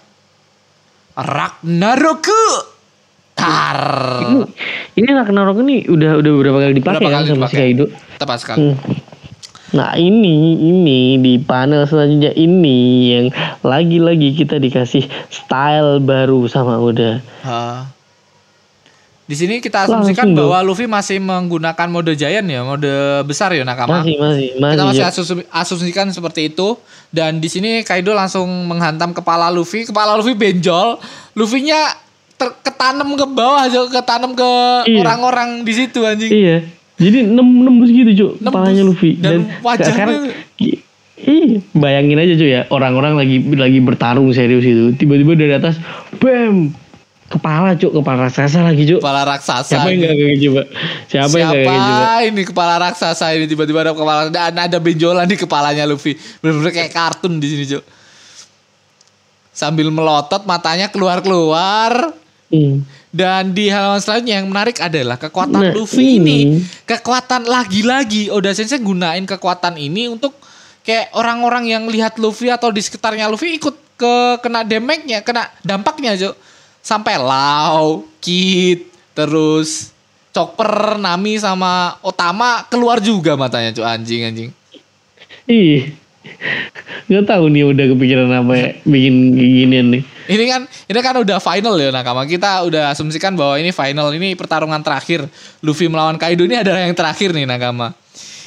Ragnaroku. Tar. Ini, ini Ragnarok ini udah udah berapa kali dipakai kan sama si Kaido? Tepat sekali. Hmm. Nah ini ini di panel selanjutnya ini yang lagi-lagi kita dikasih style baru sama Oda. Ha. Di sini kita asumsikan langsung bahwa dong. Luffy masih menggunakan mode Giant ya, mode besar ya Nakama. Masih masih masih. Kita masih ya. asum- asumsikan seperti itu. Dan di sini Kaido langsung menghantam kepala Luffy, kepala Luffy benjol, Luffy-nya ter- ketanam ke bawah aja, ketanam ke iya. orang-orang di situ anjing. Iya. Jadi nembus gitu Cuk kepalanya Luffy. Dan, dan wajahnya sekarang, ih, bayangin aja Cuk ya, orang-orang lagi lagi bertarung serius itu, tiba-tiba dari atas bam, kepala Cuk, kepala raksasa lagi Cuk. Kepala raksasa. Siapa yang enggak kayak coba? Siapa, Siapa yang enggak kayak coba? Ini kepala raksasa ini tiba-tiba ada kepala, ada, ada benjolan di kepalanya Luffy. Bener-bener kayak kartun di sini Cuk. Sambil melotot, matanya keluar-keluar. Hmm. Dan di halaman selanjutnya yang menarik adalah kekuatan nah, Luffy ini. ini. Kekuatan lagi-lagi Oda Sensei gunain kekuatan ini untuk kayak orang-orang yang lihat Luffy atau di sekitarnya Luffy ikut ke kena damage-nya, kena dampaknya Cuk. Sampai Lau, Kid, terus Chopper, Nami sama Otama keluar juga matanya Cuk, anjing-anjing. Ih. Gak tahu nih udah kepikiran apa ya bikin ginian nih. Ini kan ini kan udah final ya Nakama. Kita udah asumsikan bahwa ini final, ini pertarungan terakhir Luffy melawan Kaido ini adalah yang terakhir nih Nakama.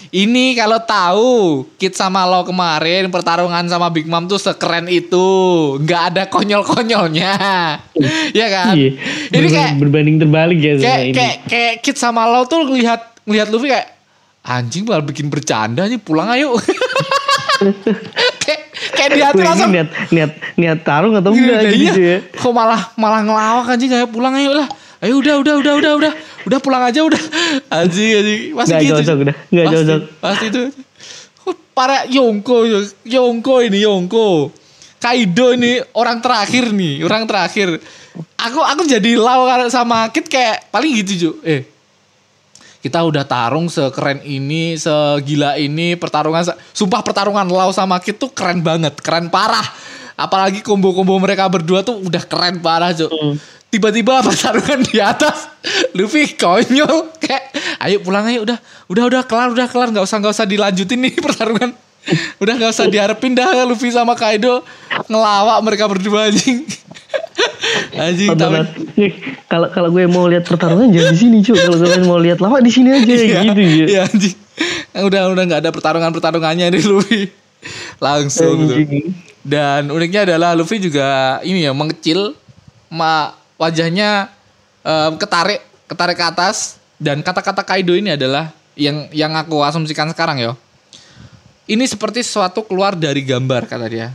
Ini kalau tahu Kid sama Law kemarin pertarungan sama Big Mom tuh sekeren itu, nggak ada konyol-konyolnya, ya kan? Iya. Ini kayak berbanding terbalik ya. kayak ini. kayak kayak Kid sama Law tuh lihat lihat Luffy kayak anjing bakal bikin bercanda nih, pulang ayo. kayak kayak dia tuh langsung niat niat niat tarung atau enggak iya, gitu ya. Kok malah malah ngelawak anjing, kayak pulang ayo lah. Ayo udah udah udah udah udah udah pulang aja udah. Anjing anjing masih Nggak gitu. cocok udah, nggak pasti, cocok. Pasti itu. Para Yonko, Yonko ini Yonko. Kaido ini orang terakhir nih, orang terakhir. Aku aku jadi Law sama Kid kayak paling gitu Ju. Eh. Kita udah tarung sekeren ini, segila ini pertarungan. Sumpah pertarungan Law sama Kid tuh keren banget, keren parah. Apalagi combo-combo mereka berdua tuh udah keren parah Ju. Hmm. Tiba-tiba pertarungan di atas, Luffy konyol kayak, ayo pulang ayo udah, udah udah kelar udah kelar, nggak usah nggak usah dilanjutin nih pertarungan, udah nggak usah diharapin dah Luffy sama Kaido ngelawak mereka berdua anjing, anjing. Tapi kalau kalau gue mau lihat pertarungan jangan di sini cuy, kalau gue mau lihat lawak di sini aja iya, gitu ya. Iya anjing, udah udah nggak ada pertarungan pertarungannya nih Luffy, langsung gitu. Dan uniknya adalah Luffy juga ini ya mengecil, ma wajahnya um, ketarik ketarik ke atas, dan kata-kata Kaido ini adalah yang yang aku asumsikan sekarang yo. Ini seperti sesuatu keluar dari gambar kata dia.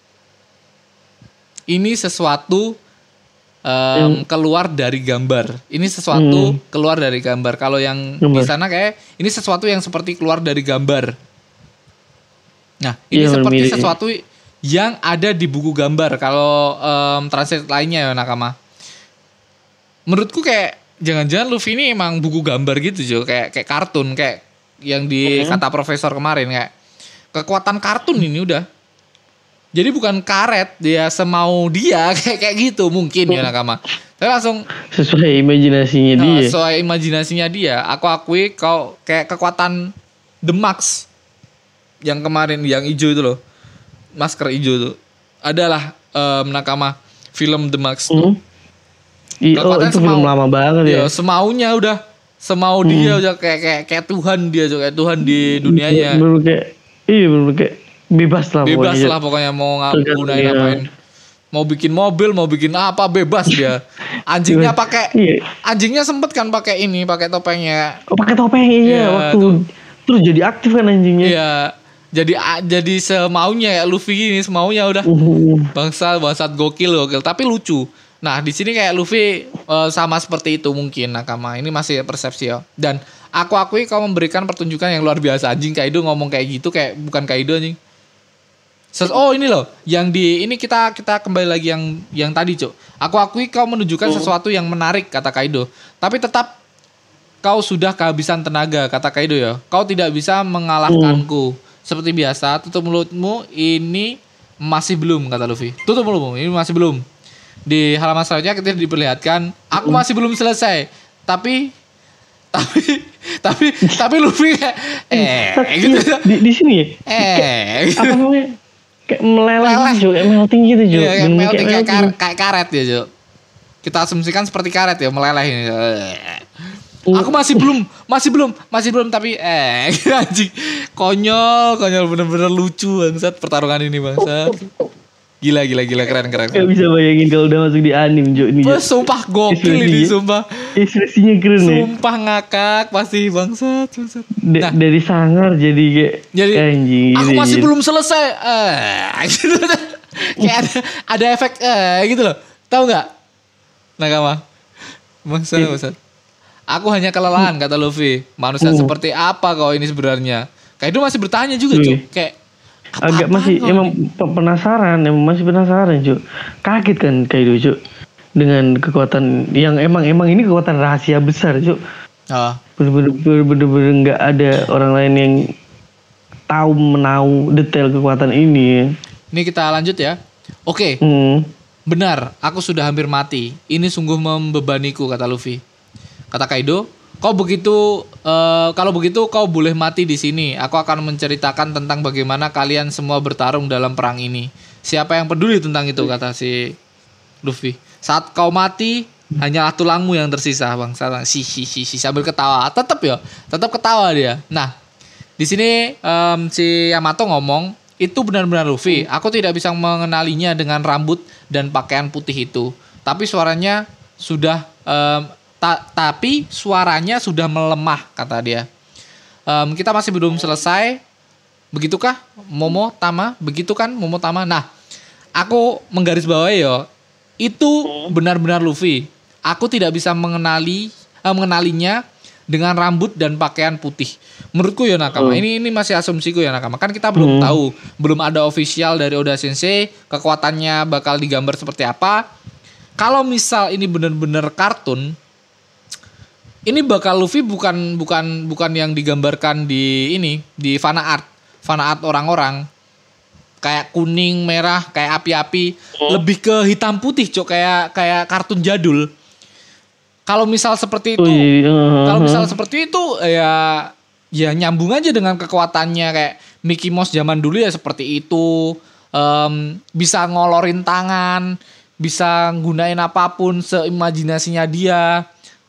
Ini sesuatu um, keluar dari gambar. Ini sesuatu hmm. keluar dari gambar. Kalau yang gambar. Di sana kayak ini sesuatu yang seperti keluar dari gambar. Nah, ini ya, seperti mirip. Sesuatu yang ada di buku gambar. Kalau um, translate lainnya ya Nakama. Menurutku kayak jangan-jangan Luffy ini emang buku gambar gitu Jo, kayak kayak kartun, kayak yang di uh-huh. kata profesor kemarin, kayak kekuatan kartun ini udah. Jadi bukan karet dia semau dia kayak kayak gitu mungkin ya Nakama. Saya langsung sesuai imajinasinya uh, dia. Sesuai imajinasinya dia. Aku akui kau kayak kekuatan The Max yang kemarin yang hijau itu loh, masker hijau itu adalah um, Nakama film The Max tuh. Uh-huh. Iya, oh, itu semau, film lama banget ya. Iya, semaunya udah, semau hmm. dia udah kayak kayak kayak Tuhan dia, kayak Tuhan di dunianya. Bener kayak, iya bener kayak bebas lah. Bebas pokoknya. lah pokoknya mau ngapain iya. ngapain, mau bikin mobil, mau bikin apa bebas dia. Anjingnya pakai, iya. anjingnya sempet kan pakai ini, pakai topengnya. Oh pakai topeng iya, ya, waktu tuh. Terus jadi aktif kan anjingnya. Iya. Jadi jadi semaunya ya Luffy ini semaunya udah uh. bangsa bangsat gokil gokil tapi lucu. Nah di sini kayak Luffy uh, sama seperti itu mungkin Nakama, ini masih persepsi ya. Dan aku akui kau memberikan pertunjukan yang luar biasa anjing. Kaido ngomong kayak gitu kayak bukan Kaido anjing. Ses- oh ini loh yang di ini kita kita kembali lagi yang yang tadi Cuk. Aku akui kau menunjukkan oh. sesuatu yang menarik kata Kaido. Tapi tetap kau sudah kehabisan tenaga kata Kaido ya. Kau tidak bisa mengalahkanku. Oh. Seperti biasa tutup mulutmu, ini masih belum kata Luffy. Tutup mulutmu, ini masih belum. Di halaman selanjutnya kita diperlihatkan aku masih belum selesai tapi tapi tapi tapi Luffy kayak eh gitu di, di sini ya eh apa namanya kayak meleleh gitu kayak melting gitu Jo iya, kayak melting kayak, kayak, kayak karet ya Jo, kita asumsikan seperti karet ya meleleh ini. Aku masih belum masih belum masih belum tapi eh anjing konyol konyol bener-bener lucu bangsat pertarungan ini bangsat. Gila gila gila keren keren. Gak bisa bayangin kalau udah masuk di anime Jo ini. Wah, sumpah gokil ini sumpah. Ekspresinya keren ya. Sumpah ngakak pasti bangsat bangsat. Nah, dari sangar jadi kayak jadi, anjing. Aku gitu, masih gitu. belum selesai. Eh gitu. Kayak ada ada efek eh gitu loh. Tahu enggak? Nakama. Bangsat bangsat. Aku hanya kelelahan kata Luffy. Manusia uh. seperti apa kau ini sebenarnya? Kaido masih bertanya juga cuy. Kayak apa agak masih emang ini? penasaran, emang masih penasaran cuy. Kaget kan Kaido cuy dengan kekuatan yang emang emang ini kekuatan rahasia besar cuy. Oh. Bener-bener bener-bener nggak ada orang lain yang tahu menahu detail kekuatan ini. Ini kita lanjut ya. Oke. Okay. Hmm. Benar, aku sudah hampir mati. Ini sungguh membebaniku kata Luffy. Kata Kaido, kau begitu uh, kalau begitu kau boleh mati di sini. Aku akan menceritakan tentang bagaimana kalian semua bertarung dalam perang ini. Siapa yang peduli tentang itu kata si Luffy. Saat kau mati, hanyalah tulangmu yang tersisa, bang. Si si si, si sambil ketawa. Tetap ya, tetap ketawa dia. Nah, Di sini um, si Yamato ngomong, itu benar-benar Luffy. Aku tidak bisa mengenalinya dengan rambut dan pakaian putih itu. Tapi suaranya sudah um, ta- tapi suaranya sudah melemah, kata dia. Um, kita masih belum selesai. Begitukah Momo Tama? Begitu kan Momo Tama? Nah, aku menggarisbawahi yo, itu benar-benar Luffy. Aku tidak bisa mengenali eh, mengenalinya dengan rambut dan pakaian putih. Menurutku ya Nakama, hmm. ini ini masih asumsiku ya Nakama. Kan kita belum hmm. tahu, belum ada official dari Oda Sensei, kekuatannya bakal digambar seperti apa. Kalau misal ini benar-benar kartun, ini bakal Luffy bukan bukan bukan yang digambarkan di ini, di fan art, fan art orang-orang. Kayak kuning, merah, kayak api-api, hmm. lebih ke hitam putih, Cok, kayak kayak kartun jadul. Kalau misal seperti itu, uh-huh. kalau misal seperti itu ya ya nyambung aja dengan kekuatannya kayak Mickey Mouse zaman dulu ya seperti itu, um, bisa ngolorin tangan, bisa gunain apapun seimajinasinya dia.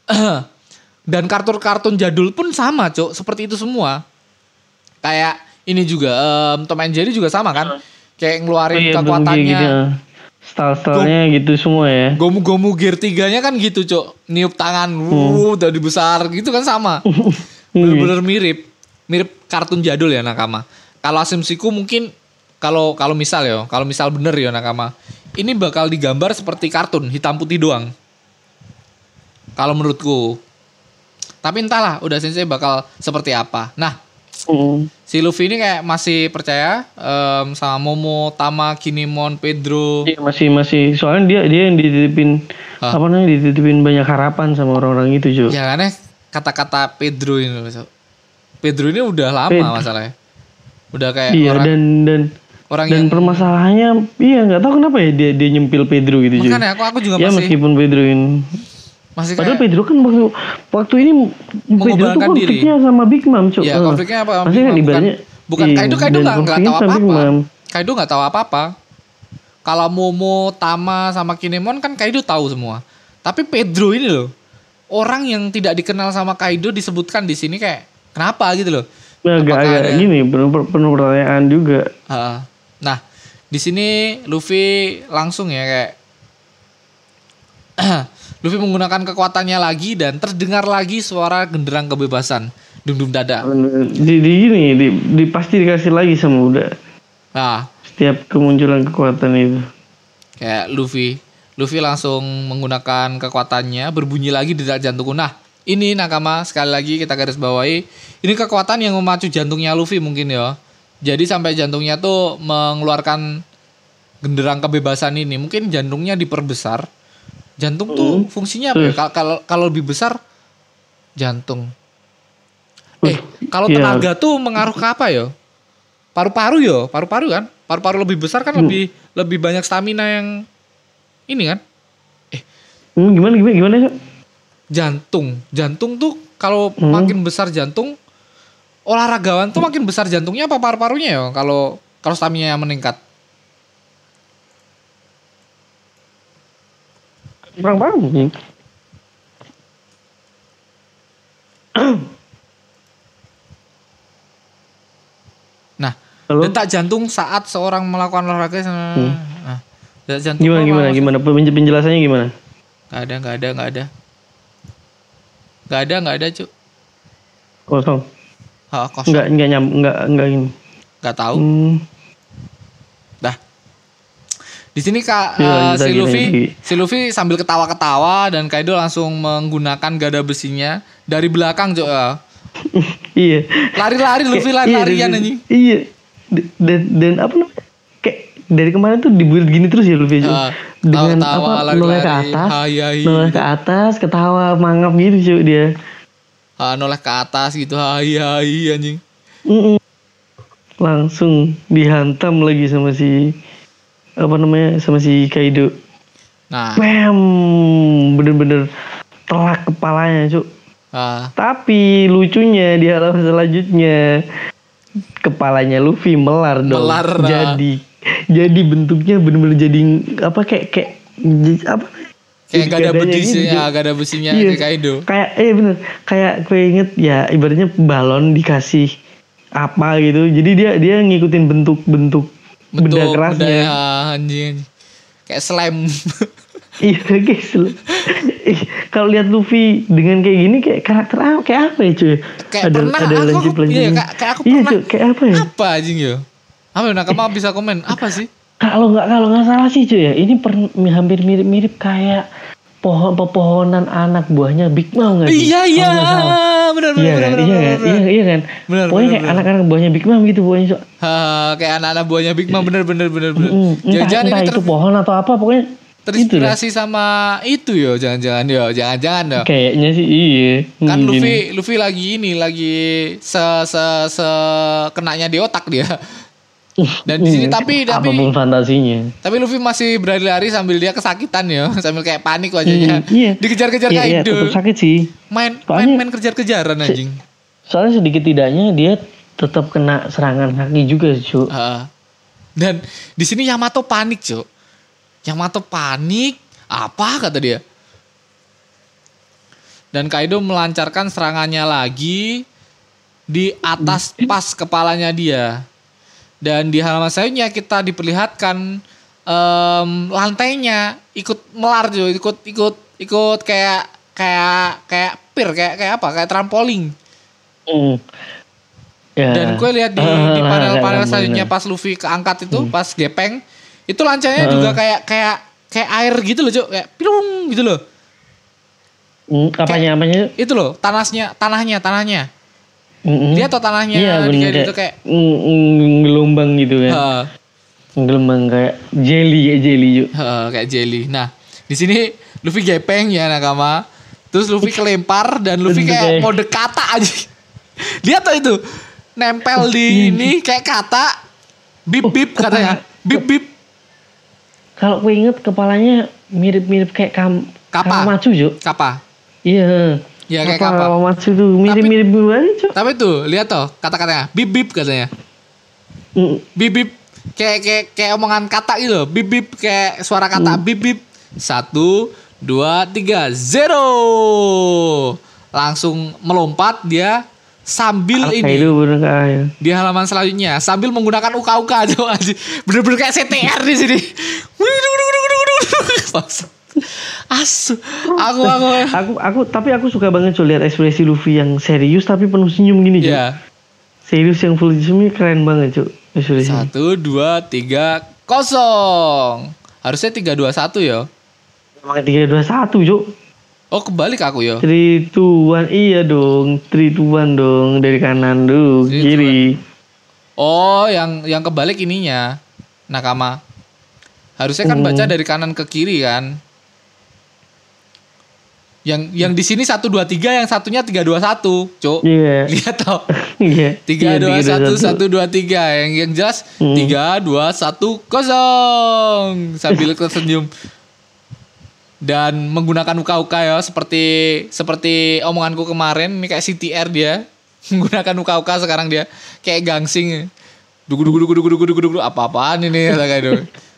Dan kartun-kartun jadul pun sama, Cok, seperti itu semua. Kayak ini juga um, Tom and Jerry juga sama kan, kayak ngeluarin oh, iya, kekuatannya. Style-stylenya gitu semua ya. Gomu-gomu Gear tiga-nya kan gitu, Cok. Niup tangan, wuh, udah dibesar gitu kan sama. Bener-bener mirip. Mirip kartun jadul ya Nakama. Kalau asumsiku mungkin kalau kalau misal ya, kalau misal bener ya Nakama, ini bakal digambar seperti kartun, hitam putih doang. Kalau menurutku. Tapi entahlah, udah Sensei bakal seperti apa. Nah, Mm. si Luffy ini kayak masih percaya um, sama Momo, Tama, Kinemon, Pedro. Iya, masih masih soalnya dia dia yang dititipin huh? apa namanya dititipin banyak harapan sama orang-orang itu, Jo. Ya aneh kata-kata Pedro ini. Pedro ini udah lama Ped- masalahnya. Udah kayak iya, orang dan dan orang dan yang permasalahannya iya nggak tahu kenapa ya dia dia nyempil Pedro gitu, Jo. Makanya aku aku juga ya, masih meskipun Pedro ini masih padahal kayak Pedro kan waktu waktu ini Pedro tuh konfliknya diri. sama Big Mom, Cok. Iya, konfliknya apa? Masih kan ibaratnya bukan iya, Kaido Kaido nggak nggak tahu apa-apa. Kaido nggak tahu apa-apa. Kalau Momo, Tama sama Kinemon kan Kaido tahu semua. Tapi Pedro ini loh, orang yang tidak dikenal sama Kaido disebutkan di sini kayak kenapa gitu loh? Agak-agak gini, penuh, penuh pertanyaan juga. Uh, nah, di sini Luffy langsung ya kayak Luffy menggunakan kekuatannya lagi dan terdengar lagi suara genderang kebebasan. Dum-dum dada. Di, di ini, di, di pasti dikasih lagi sama udah. Nah, setiap kemunculan kekuatan itu. Kayak Luffy, Luffy langsung menggunakan kekuatannya berbunyi lagi di detak jantungku. Nah, ini Nakama sekali lagi kita garis bawahi. Ini kekuatan yang memacu jantungnya Luffy mungkin ya. Jadi sampai jantungnya tuh mengeluarkan genderang kebebasan ini. Mungkin jantungnya diperbesar. Jantung tuh hmm. fungsinya apa ya? Kalau kalau lebih besar jantung. Eh, kalau tenaga yeah. tuh mengaruh ke apa ya? Paru-paru ya, paru-paru kan? Paru-paru lebih besar kan hmm. lebih lebih banyak stamina yang ini kan? Eh, hmm, gimana gimana gimana ya? Jantung, jantung tuh kalau hmm. makin besar jantung, olahragawan tuh makin besar jantungnya apa paru-parunya ya? Kalau kalau stamina meningkat. Kurang paham sih. Nah, Halo? detak jantung saat seorang melakukan olahraga. Hmm. Nah, detak jantung gimana gimana gimana penjelasannya gimana? Gak ada gak ada gak ada gak ada gak ada cuk. Kosong. Ha, kosong. Enggak enggak nyam enggak enggak ini. Gak tahu. Hmm. Dah. Di sini Kak ya, uh, si Luffy gini. si Luffy sambil ketawa-ketawa dan Kaido langsung menggunakan gada besinya dari belakang cuk. Iya. Lari-lari Luffy lari-larian anjing. Iya. Dan dan apa namanya? Kayak dari kemarin tuh dibuat gini terus ya Luffy. Uh, dengan tawa, apa noleh ke atas, noleh ke atas, ketawa mangap gitu cuy dia. Uh, noleh ke atas gitu, hai hai anjing. Mm-mm. Langsung dihantam lagi sama si apa namanya sama si Kaido. Nah, bam, bener-bener telak kepalanya cuy. Uh. Tapi lucunya di halaman selanjutnya kepalanya Luffy melar dong. Melar. Jadi jadi bentuknya bener-bener jadi apa kayak kayak apa? Kayak gak ada besinya, gak ada besinya iya, kayak Kaido. Kayak eh bener kayak gue inget ya ibaratnya balon dikasih apa gitu. Jadi dia dia ngikutin bentuk-bentuk benda Bentuk kerasnya. benda ya, anjing. Kayak slime. Iya guys. Kalau lihat Luffy dengan kayak gini kayak karakter apa kayak apa ya cuy? Kayak ada pernah ada aku, lancip aku iya, kayak, kayak aku iya, pernah. cuy, kayak apa ya? Apa anjing yo? Apa Nakama bisa komen? Apa sih? Kalau nggak kalau nggak salah sih cuy ya, ini per, hampir mirip-mirip kayak pohon pepohonan anak buahnya Big Mom nggak sih? Iya iya, benar benar Iya benar kan, benar. iya kan, iya iya kan. Benar, Pokoknya benar, kayak benar. anak-anak buahnya Big Mom gitu pokoknya. So. Ha, kayak anak-anak buahnya Big Mom bener bener bener bener. Mm, entah, Jangan-jangan entah ini itu ter- pohon atau apa pokoknya terinspirasi sama itu yo, jangan-jangan yo, jangan-jangan yo. kayaknya sih iya. Kan Mungkin. Luffy Luffy lagi ini lagi se se se kenanya di otak dia. Dan di sini tapi tapi apapun fantasinya. tapi Luffy masih berlari-lari sambil dia kesakitan ya, sambil kayak panik wajahnya. Hmm, iya. Dikejar-kejar Iya, iya, Kaido. tetap sakit sih. Main main Soalnya- main kejar-kejaran anjing. Soalnya sedikit tidaknya dia tetap kena serangan kaki juga, cu. Heeh. Dan di sini Yamato panik, Cuk. Yamato panik, apa kata dia? Dan Kaido melancarkan serangannya lagi di atas pas kepalanya dia. Dan di halaman selanjutnya kita diperlihatkan em, lantainya ikut melar, Cuk. ikut ikut ikut kayak kayak kayak pir, kayak kayak apa? Kayak trampolin. Hmm. Ya. Dan gue lihat di, Ah, di panel-panel bener. selanjutnya pas Luffy keangkat itu, Hmm. pas gepeng, itu lancanya Ah. juga kayak kayak kayak air gitu loh, Cuk. Kayak pirung gitu loh. Hmm, apanya apanya? Itu loh, tanahnya, tanahnya, tanahnya. Mm-mm. Dia atau tanahnya Iya, di bener, kayak itu kayak mm, mm, gelombang gitu kan. Heeh, Gelombang kayak jelly kayak jelly, cu. heeh, kayak jelly. Nah, di sini Luffy gepeng ya Nakama. Terus Luffy kelempar dan Luffy kayak Oke. mode kata aja. Lihat tuh itu. Nempel di ini kayak kata bip bip katanya. Bip bip. Kalau gue inget kepalanya mirip-mirip kayak kam Kappa. Kawamatsu, cu. Kappa. Iya. Iya, kayak Kappa kappa. Kawamatsu tuh mirip-mirip banget, cu. Tapi tuh, lihat tuh kata-katanya. Bip bip katanya. Mm. Bip bip. Kayak kayak kayak omongan kata gitu loh. Bip bip kayak suara kata Hmm. bip bip. Satu, dua, tiga, zero. Langsung melompat dia sambil Kayak ini itu bener kayak. di halaman selanjutnya sambil menggunakan uka-uka coba aja. Bener-bener kayak C T R di sini. Asu. Aku aku. Aku aku tapi aku suka banget cuy lihat ekspresi Luffy yang serius tapi penuh senyum gini, cuy. Ya. Serius yang full senyum ini keren banget, cuy. Ekspresinya. Satu, dua, tiga, kosong. Harusnya tiga, dua, satu ya. Emang tiga dua satu, cuy. Oh kebalik aku ya. three two one iya dong. three two one dong dari kanan dulu, three, two, kiri. Oh yang yang kebalik ininya Nakama. Harusnya kan Hmm. baca dari kanan ke kiri kan. Yang yang di sini satu dua tiga, yang satunya tiga dua satu, Cuk. Iya. Lihat toh. Iya. Tiga Iya, dua tiga, satu satu dua tiga, yang yang jelas Hmm. tiga dua satu kosong sambil tersenyum dan menggunakan uka-uka ya seperti seperti omonganku kemarin ini kayak C T R dia menggunakan uka-uka sekarang dia kayak gangsing dugu dugu dugu dugu dugu dugu dugu apa-apaan ini kata Kaido.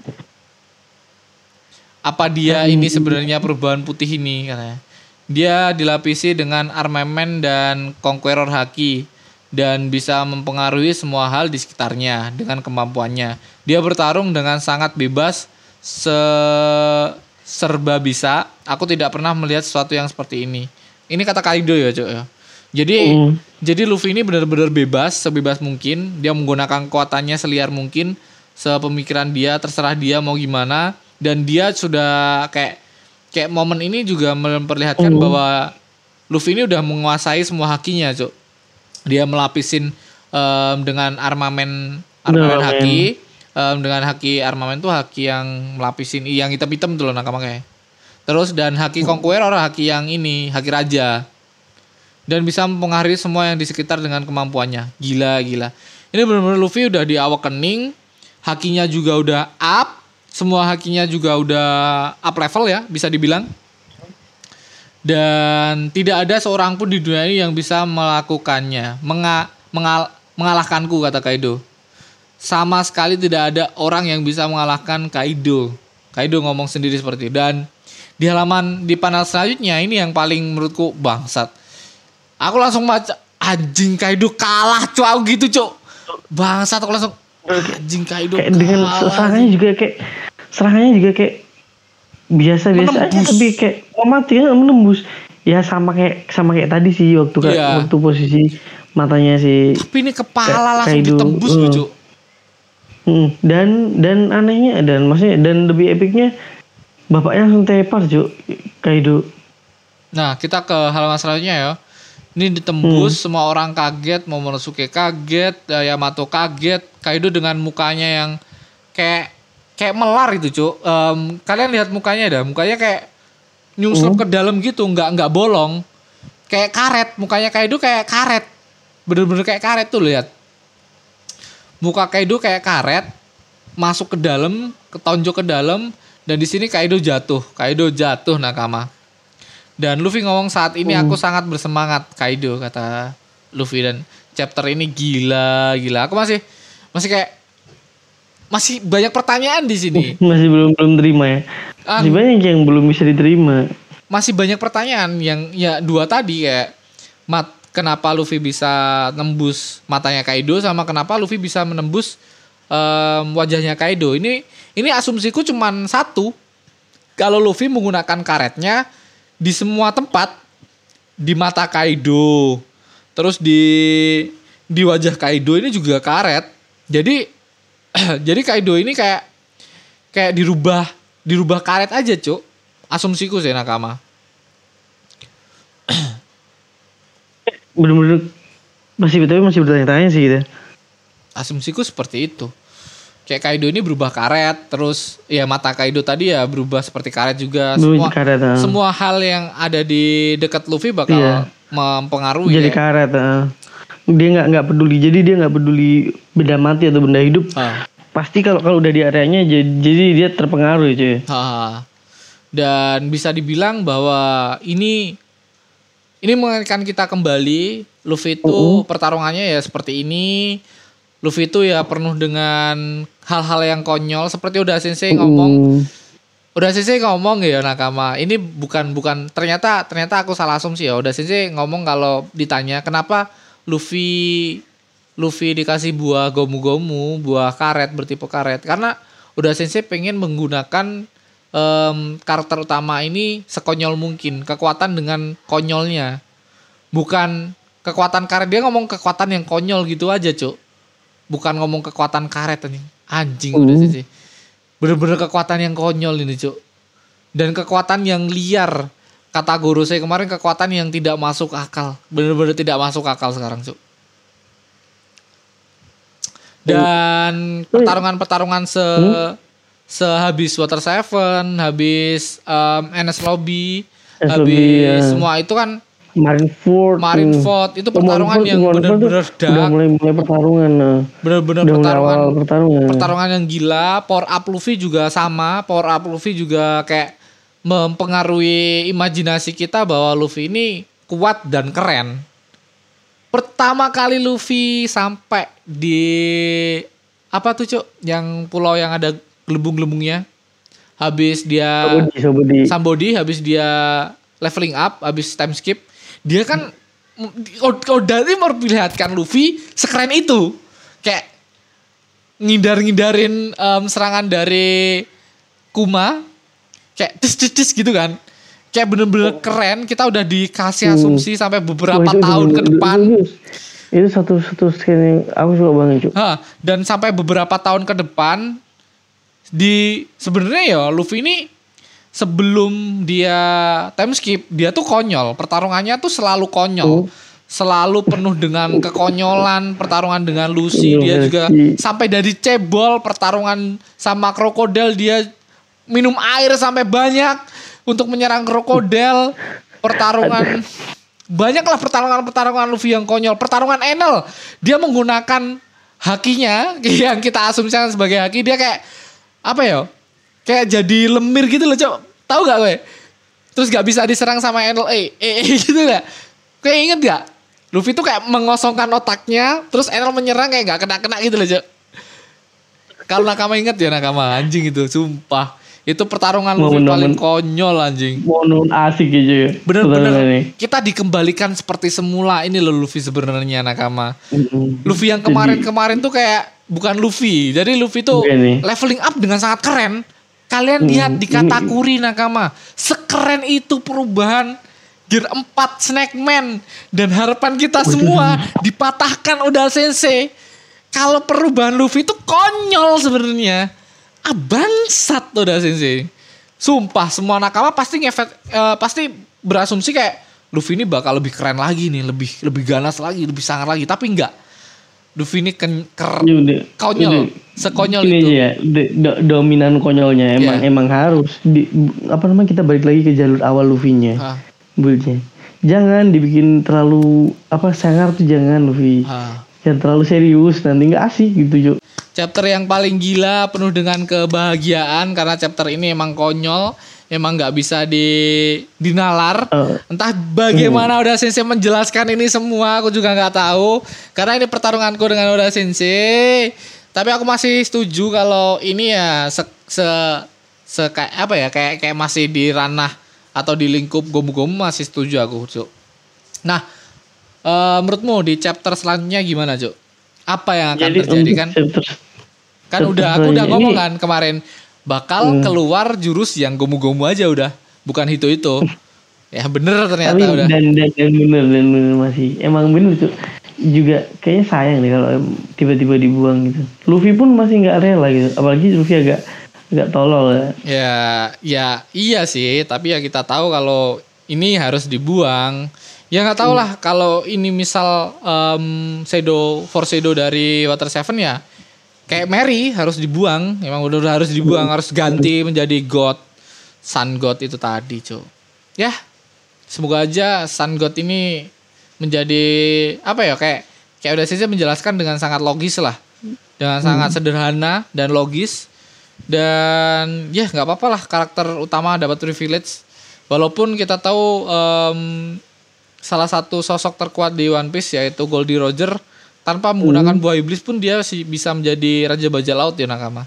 Apa dia ini sebenarnya perubahan putih ini katanya. Dia dilapisi dengan armamen dan conqueror haki dan bisa mempengaruhi semua hal di sekitarnya dengan kemampuannya. Dia bertarung dengan sangat bebas, se serba bisa. Aku tidak pernah melihat sesuatu yang seperti ini. Ini kata Kaido ya, Cuk ya. Jadi Hmm. jadi Luffy ini benar-benar bebas, sebebas mungkin. Dia menggunakan kekuatannya seliar mungkin, sepemikiran dia, terserah dia mau gimana. Dan dia sudah kayak kayak momen ini juga memperlihatkan Hmm. bahwa Luffy ini udah menguasai semua hakinya, Cuk. Dia melapisin em, dengan armamen armamen Armamen. haki. Em, dengan haki armamen tuh haki yang melapisin yang hitam-hitam tuh loh Nakama kayak. Terus dan haki conqueror, haki yang ini, haki raja. Dan bisa mempengaruhi semua yang di sekitar dengan kemampuannya. Gila, gila. Ini benar-benar Luffy udah di awakening, hakinya juga udah up, semua hakinya juga udah up level ya, bisa dibilang. Dan tidak ada seorang pun di dunia ini yang bisa melakukannya, menga, mengal, mengalahkanku kata Kaido. Sama sekali tidak ada orang yang bisa mengalahkan Kaido. Kaido ngomong sendiri seperti itu. Dan di halaman di panel selanjutnya ini yang paling menurutku bangsat. Aku langsung baca anjing Kaido kalah cuk aku gitu cuk. Bangsat aku langsung anjing Kaido kayak kalah. Dengan serangannya juga kayak serangannya juga kayak biasa-biasa aja tapi kayak oh mati kan menembus. Ya sama kayak sama kayak tadi sih waktu Iya. waktu posisi matanya si Tapi ini kepala langsung Kaido, ditembus uh. cuk. Hmm, dan dan anehnya dan maksudnya dan lebih epicnya bapaknya langsung tepar cuk Kaido. Nah kita ke halaman selanjutnya ya. Ini ditembus hmm. semua orang kaget, Momonosuke kaget, Yamato kaget, Kaido dengan mukanya yang kayak kayak melar itu cuk. Um, kalian lihat mukanya dah, mukanya kayak nyungsep hmm. ke dalam gitu, nggak nggak bolong, kayak karet. Mukanya Kaido kayak karet, bener-bener kayak karet tuh lihat. Muka Kaido kayak karet, masuk ke dalam, ketonjok ke dalam, dan di sini Kaido jatuh. Kaido jatuh nakama. Dan Luffy ngomong saat ini aku sangat bersemangat Kaido kata Luffy dan chapter ini gila gila. Aku masih masih kayak masih banyak pertanyaan di sini. Masih belum belum terima ya. Masih um, banyak yang belum bisa diterima. Masih banyak pertanyaan yang ya dua tadi kayak mat kenapa Luffy bisa nembus matanya Kaido sama kenapa Luffy bisa menembus um, wajahnya Kaido. Ini ini asumsiku cuman satu. Kalau Luffy menggunakan karetnya di semua tempat, di mata Kaido, terus di di wajah Kaido ini juga karet. Jadi jadi Kaido ini kayak kayak dirubah dirubah karet aja, Cuk. Asumsiku sih nakama. Bener-bener masih tapi masih bertanya-tanya sih gitu. Asumsiku seperti itu. Kayak Kaido ini berubah karet, terus ya mata Kaido tadi ya berubah seperti karet juga. Semua karet, uh. semua hal yang ada di dekat Luffy bakal iya. mempengaruhi. Jadi ya. karet. Uh. Dia nggak nggak peduli. Jadi dia nggak peduli benda mati atau benda hidup. Uh. Pasti kalau kalau udah di areanya jadi, jadi dia terpengaruh cuy. Uh. Dan bisa dibilang bahwa ini ini mengingatkan kita kembali Luffy itu uh-uh. pertarungannya ya seperti ini. Luffy itu ya penuh dengan hal-hal yang konyol seperti udah Sensei ngomong. Uh. Udah Sensei ngomong ya nakama. Ini bukan bukan ternyata ternyata aku salah asumsi ya. Udah Sensei ngomong kalau ditanya kenapa Luffy Luffy dikasih buah gomu-gomu, buah karet bertipe karet karena udah Sensei pengen menggunakan um, karakter utama ini sekonyol mungkin, kekuatan dengan konyolnya. Bukan kekuatan karet, dia ngomong kekuatan yang konyol gitu aja, Cuk. Bukan ngomong kekuatan karet nih. Anjing uh. udah sih. Bener-bener kekuatan yang konyol ini, Cuk. Dan kekuatan yang liar. Kata guru saya kemarin kekuatan yang tidak masuk akal. Bener-bener tidak masuk akal sekarang, Cuk. Dan pertarungan-pertarungan se hmm? sehabis Water Seven, habis um, N S Lobby, S habis ya. Semua itu kan Marineford, Marineford itu pertarungan yang benar-benar dark. Udah mulai mulai pertarungan. Benar-benar pertarungan, pertarungan. Pertarungan yang gila. Power up Luffy juga sama. Power up Luffy juga kayak mempengaruhi imajinasi kita bahwa Luffy ini kuat dan keren. Pertama kali Luffy sampai di apa tuh Cuk? Yang pulau yang ada gelembung-gelembungnya. Habis dia Sambodi, Sambodi, habis dia leveling up, habis time skip. Dia kan Oda ini memperlihatkan Luffy sekeren itu. Kayak ngindar-ngindarin um, serangan dari Kuma. Kayak tis-tis gitu kan. Kayak bener-bener keren. Kita udah dikasih asumsi hmm. sampai beberapa oh, tahun ke depan. Itu satu-satu scene yang aku suka banget Cuk. Ha, dan sampai beberapa tahun ke depan di sebenarnya ya Luffy ini sebelum dia time skip, dia tuh konyol. Pertarungannya tuh selalu konyol. Oh. Selalu penuh dengan kekonyolan. Pertarungan dengan Lucy. Oh, dia juga si. Sampai dari cebol. Pertarungan sama krokodil. Dia minum air sampai banyak. Untuk menyerang krokodil. Pertarungan. Banyaklah pertarungan-pertarungan Luffy yang konyol. Pertarungan Enel. Dia menggunakan hakinya. Yang kita asumsikan sebagai haki. Dia kayak. Apa ya? Kayak jadi lemir gitu loh, Cok. Tahu gak gue? Terus gak bisa diserang sama Enel E. E, e gitu gak? Kayak inget gak? Luffy tuh kayak mengosongkan otaknya. Terus Enel menyerang kayak gak kena-kena gitu loh, Cok. Kalau nakama inget ya nakama. Anjing itu, sumpah. Itu pertarungan Luffy paling konyol anjing. Momen asik gitu ya. Bener-bener kita dikembalikan seperti semula ini loh Luffy sebenarnya nakama. Mm-hmm. Luffy yang kemarin-kemarin tuh kayak bukan Luffy. Jadi Luffy tuh leveling up dengan sangat keren. Kalian mm-hmm. lihat di Katakuri nakama. Sekeren itu perubahan Gear empat Snackman. Dan harapan kita semua dipatahkan Oda Sensei. Kalau perubahan Luffy itu konyol sebenarnya. Ah bangsat Oda Sensei. Sumpah semua nakama pasti ngefek uh, pasti berasumsi kayak Luffy ini bakal lebih keren lagi nih, lebih lebih ganas lagi, lebih sangar lagi, tapi enggak. Luffy ini ken, ker, udah, konyol, udah, sekonyol itu. Ya, do, dominan konyolnya emang yeah. emang harus di, apa namanya kita balik lagi ke jalur awal Luffy-nya. Ah. Build-nya. Jangan dibikin terlalu apa sangar tuh jangan Luffy. Ah. Jangan terlalu serius nanti enggak asik gitu, Jo. Chapter yang paling gila penuh dengan kebahagiaan karena chapter ini emang konyol, emang nggak bisa di dinalar. Uh, Entah bagaimana uh. Oda Sensei menjelaskan ini semua, aku juga nggak tahu. Karena ini pertarunganku dengan Oda Sensei. Tapi aku masih setuju kalau ini ya se, se, se kayak apa ya kayak kayak masih di ranah atau di lingkup Gomu-Gomu masih setuju aku, Cuk. Nah, uh, menurutmu di chapter selanjutnya gimana, Cuk? Apa yang akan Jadi, terjadi kan? Chapter, kan udah aku udah ngomong kan kemarin bakal hmm. keluar jurus yang Gomu-Gomu aja udah, bukan itu-itu. Ya bener ternyata Tapi, udah. Dan, dan dan bener dan bener masih. Emang bener tuh. Juga kayaknya sayang deh kalau tiba-tiba dibuang gitu. Luffy pun masih nggak rela gitu. Apalagi Luffy agak agak tolol ya. Ya, ya iya sih. Tapi ya kita tahu kalau ini harus dibuang. Ya nggak tahu lah hmm. kalau ini misal um, Shadow for Shadow dari Water Seven ya kayak Mary harus dibuang, emang udah harus dibuang, hmm. harus ganti menjadi God, Sun God itu tadi, Cuk. Ya, semoga aja Sun God ini menjadi apa ya kayak kayak udah saja menjelaskan dengan sangat logis lah, dengan hmm. sangat sederhana dan logis dan ya nggak apa-apa lah karakter utama dapat privilege, walaupun kita tahu. Um, Salah satu sosok terkuat di One Piece yaitu Goldie Roger tanpa menggunakan hmm. buah iblis pun dia sih bisa menjadi raja bajak laut ya nakama.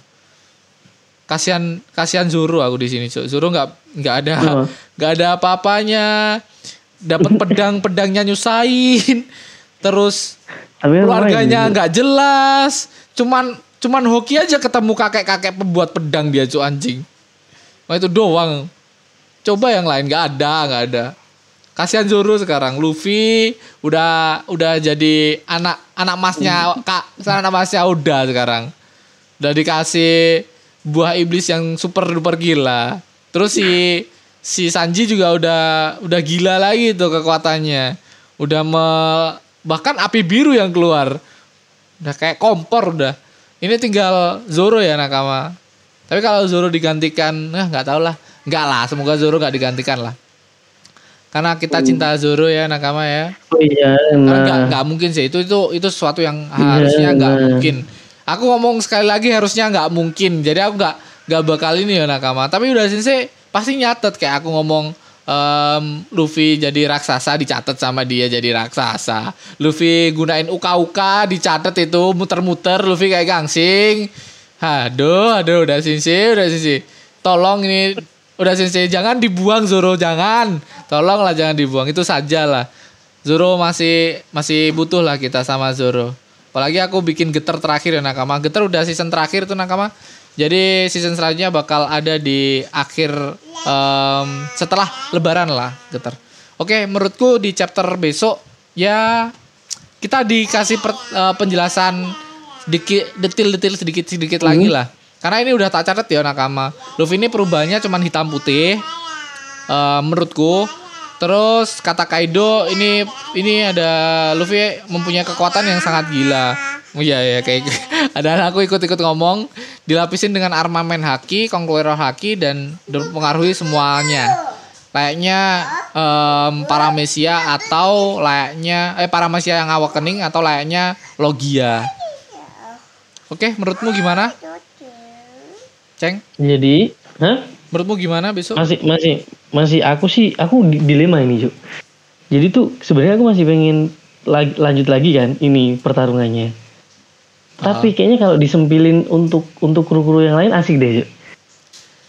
Kasihan kasihan Zoro aku di sini, Cuk. Zoro nggak nggak ada nggak oh. ada apa-apanya. Dapat pedang-pedangnya nyusahin. Terus keluarganya nggak jelas. Cuman cuman hoki aja ketemu kakek-kakek pembuat pedang dia, Cuk, anjing. Nah itu doang. Coba yang lain nggak ada, nggak ada. Kasihan Zoro sekarang. Luffy udah udah jadi anak anak masnya Kak, anak masnya udah sekarang. Udah dikasih buah iblis yang super duper gila. Terus si si Sanji juga udah udah gila lagi tuh kekuatannya. Udah me, bahkan api biru yang keluar. Udah kayak kompor udah. Ini tinggal Zoro ya nakama. Tapi kalau Zoro digantikan, nah nggak tahu lah. Nggak lah, semoga Zoro nggak digantikan lah. Karena kita cinta Zoro ya nakama ya. Oh iya. Karena nggak nggak mungkin sih itu itu itu sesuatu yang harusnya nggak nah. mungkin. Aku ngomong sekali lagi harusnya nggak mungkin. Jadi aku nggak nggak bakal ini ya nakama. Tapi udah sensei pasti nyatet kayak aku ngomong um, Luffy jadi raksasa dicatat sama dia jadi raksasa. Luffy gunain uka-uka dicatat itu muter-muter Luffy kayak gangsing. Aduh aduh udah sensei udah sensei. Tolong ini udah sensei jangan dibuang Zoro jangan. Tolonglah jangan dibuang itu sajalah. Zoro masih masih butuh lah kita sama Zoro. Apalagi aku bikin Getter terakhir ya nakama. Getter udah season terakhir tuh nakama. Jadi season selanjutnya bakal ada di akhir um, setelah lebaran lah Getter. Oke, menurutku di chapter besok ya kita dikasih per, uh, penjelasan sedikit detil-detil sedikit-sedikit hmm. lagi lah. Karena ini udah tak catat ya nakama. Luffy ini perubahannya cuman hitam putih. Uh, menurutku. Terus kata Kaido ini ini ada Luffy mempunyai kekuatan yang sangat gila. Oh iya ya kayak ada aku ikut-ikut ngomong dilapisin dengan armamen haki, conqueror haki dan mempengaruhi semuanya. Layaknya um, Paramecia atau layaknya eh Paramecia yang awakening atau layaknya Logia. Oke, menurutmu gimana? Ceng? Jadi, hah? Menurutmu gimana besok? Masih masih masih aku sih aku dilema ini, Cuk. Jadi tuh sebenarnya aku masih pengen lagi, lanjut lagi kan ini pertarungannya. Uh. Tapi kayaknya kalau disempilin untuk untuk kru-kru yang lain asik deh, Cuk.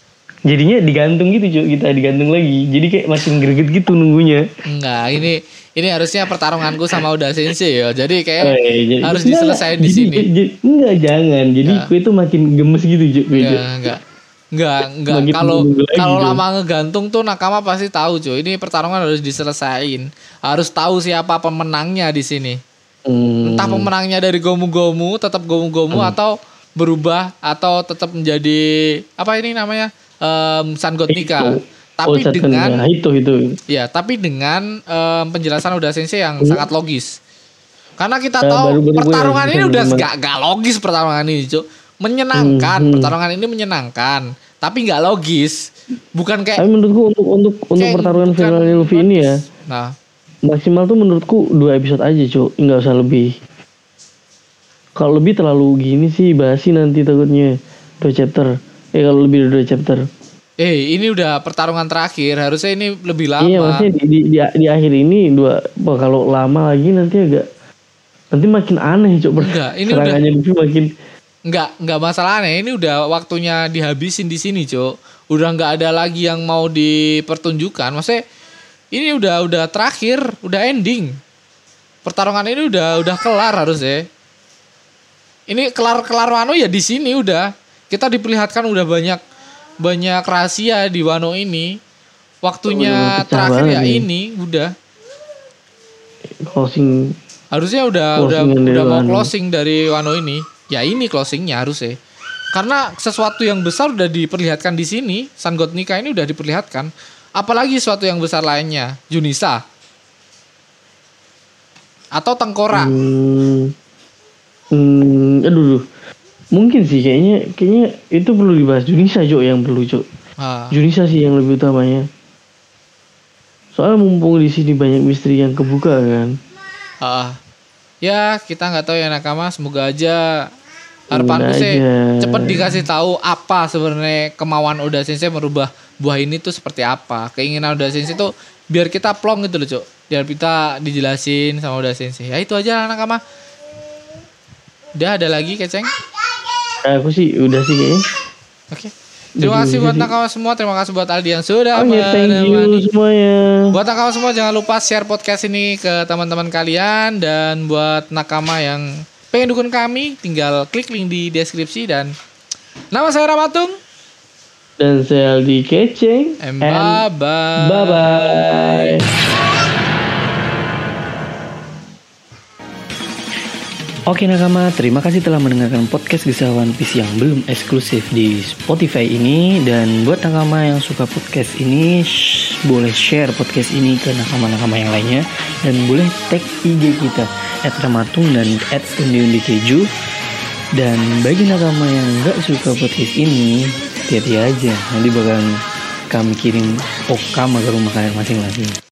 jadinya digantung gitu Cuk, kita digantung lagi. Jadi kayak makin greget gitu nunggunya. Enggak, ini ini harusnya pertarunganku sama Uda Sensei ya. Jadi kayak Oh, iya, jadi, harus enggak, diselesaikan di jadi, sini. Jadi, enggak jangan. Jadi Ya. kue tuh makin gemes gitu Cuk. Enggak, enggak. Enggak, enggak. Makin Kalau menunggu lagi kalau tuh. lama ngegantung tuh Nakama pasti tahu, cuy. Ini pertarungan harus diselesain. Harus tahu siapa pemenangnya di sini. Hmm. Entah pemenangnya dari Gomu-Gomu, tetap Gomu-Gomu Hmm. atau berubah atau tetap menjadi apa ini namanya? Um, Sun God Nika. Itu. Tapi Oh, Saturn, dengan ya, itu itu. ya, tapi dengan um, penjelasan Uda Sensei yang Hmm. sangat logis. Karena kita Eh, tahu baru- baru gue pertarungan yang ini bisa udah menerima. gak, gak logis pertarungan ini, Cuk. Menyenangkan, Hmm, hmm. pertarungan ini menyenangkan, tapi gak logis. Bukan Tapi kayak menurutku untuk untuk untuk kayak pertarungan bukan finalnya Luffy ini ya Nah, maksimal tuh menurutku dua episode aja Cuk, nggak usah lebih. Kalau lebih terlalu gini sih basi nanti takutnya dua chapter. Eh kalau lebih dari dua chapter. eh ini udah pertarungan terakhir, harusnya ini lebih lama. Iya maksudnya di, di, di, di akhir ini dua wah, kalau lama lagi nanti agak nanti makin aneh Cuk. Enggak, ini Serangannya Luffy makin Enggak, enggak masalahnya. Ini udah waktunya dihabisin di sini, Cuk. Udah enggak ada lagi yang mau dipertunjukkan. Maksudnya ini udah udah terakhir, udah ending. Pertarungan ini udah udah kelar harusnya. Ini kelar-kelar Wano ya di sini udah. Kita diperlihatkan udah banyak banyak rahasia di Wano ini. Waktunya Pecah terakhir banget ya nih. ini udah. closing. Harusnya udah udah Closing dari udah mau Wano. closing dari Wano ini. Ya ini closingnya harusnya. Karena sesuatu yang besar udah diperlihatkan di sini. Sun God Nika ini udah diperlihatkan. Apalagi sesuatu yang besar lainnya. Junisa. Atau Tengkorak. Hmm, hmm, aduh, aduh. Mungkin sih kayaknya kayaknya itu perlu dibahas. Junisa Cuk yang perlu Cuk. Ah, Junisa sih yang lebih utamanya. Soalnya mumpung di sini banyak misteri yang kebuka kan. ah. Ya kita nggak tahu ya Nakama. Semoga aja harapanku Semoga sih aja. cepet dikasih tahu apa sebenarnya kemauan Oda Sensei merubah buah ini tuh seperti apa. Keinginan Oda Sensei tuh biar kita plong gitu loh, Cuk. Biar kita dijelasin sama Oda Sensei. Ya itu aja Nakama. Udah ada lagi Keceng? Aku sih udah sih kayaknya. Oke. Terima kasih buat Nakama semua. Terima kasih buat Aldi yang sudah Oke, thank you menemani. semuanya. Buat Nakama semua jangan lupa share podcast ini ke teman-teman kalian. Dan buat Nakama yang pengen dukung kami, tinggal klik link di deskripsi. Dan nama saya Ramatung. Dan saya Aldi Keceng. And bye-bye. Bye bye. Oke Nakama, terima kasih telah mendengarkan podcast Kisah One Piece yang belum eksklusif di Spotify ini. Dan buat Nakama yang suka podcast ini, shh, boleh share podcast ini ke Nakama-Nakama yang lainnya. Dan boleh tag I G kita at ramatung dan at undi-undi-keju. Dan bagi Nakama yang gak suka podcast ini, hati-hati aja, nanti bakalan kami kirim Okama ke rumah kalian masing-masing.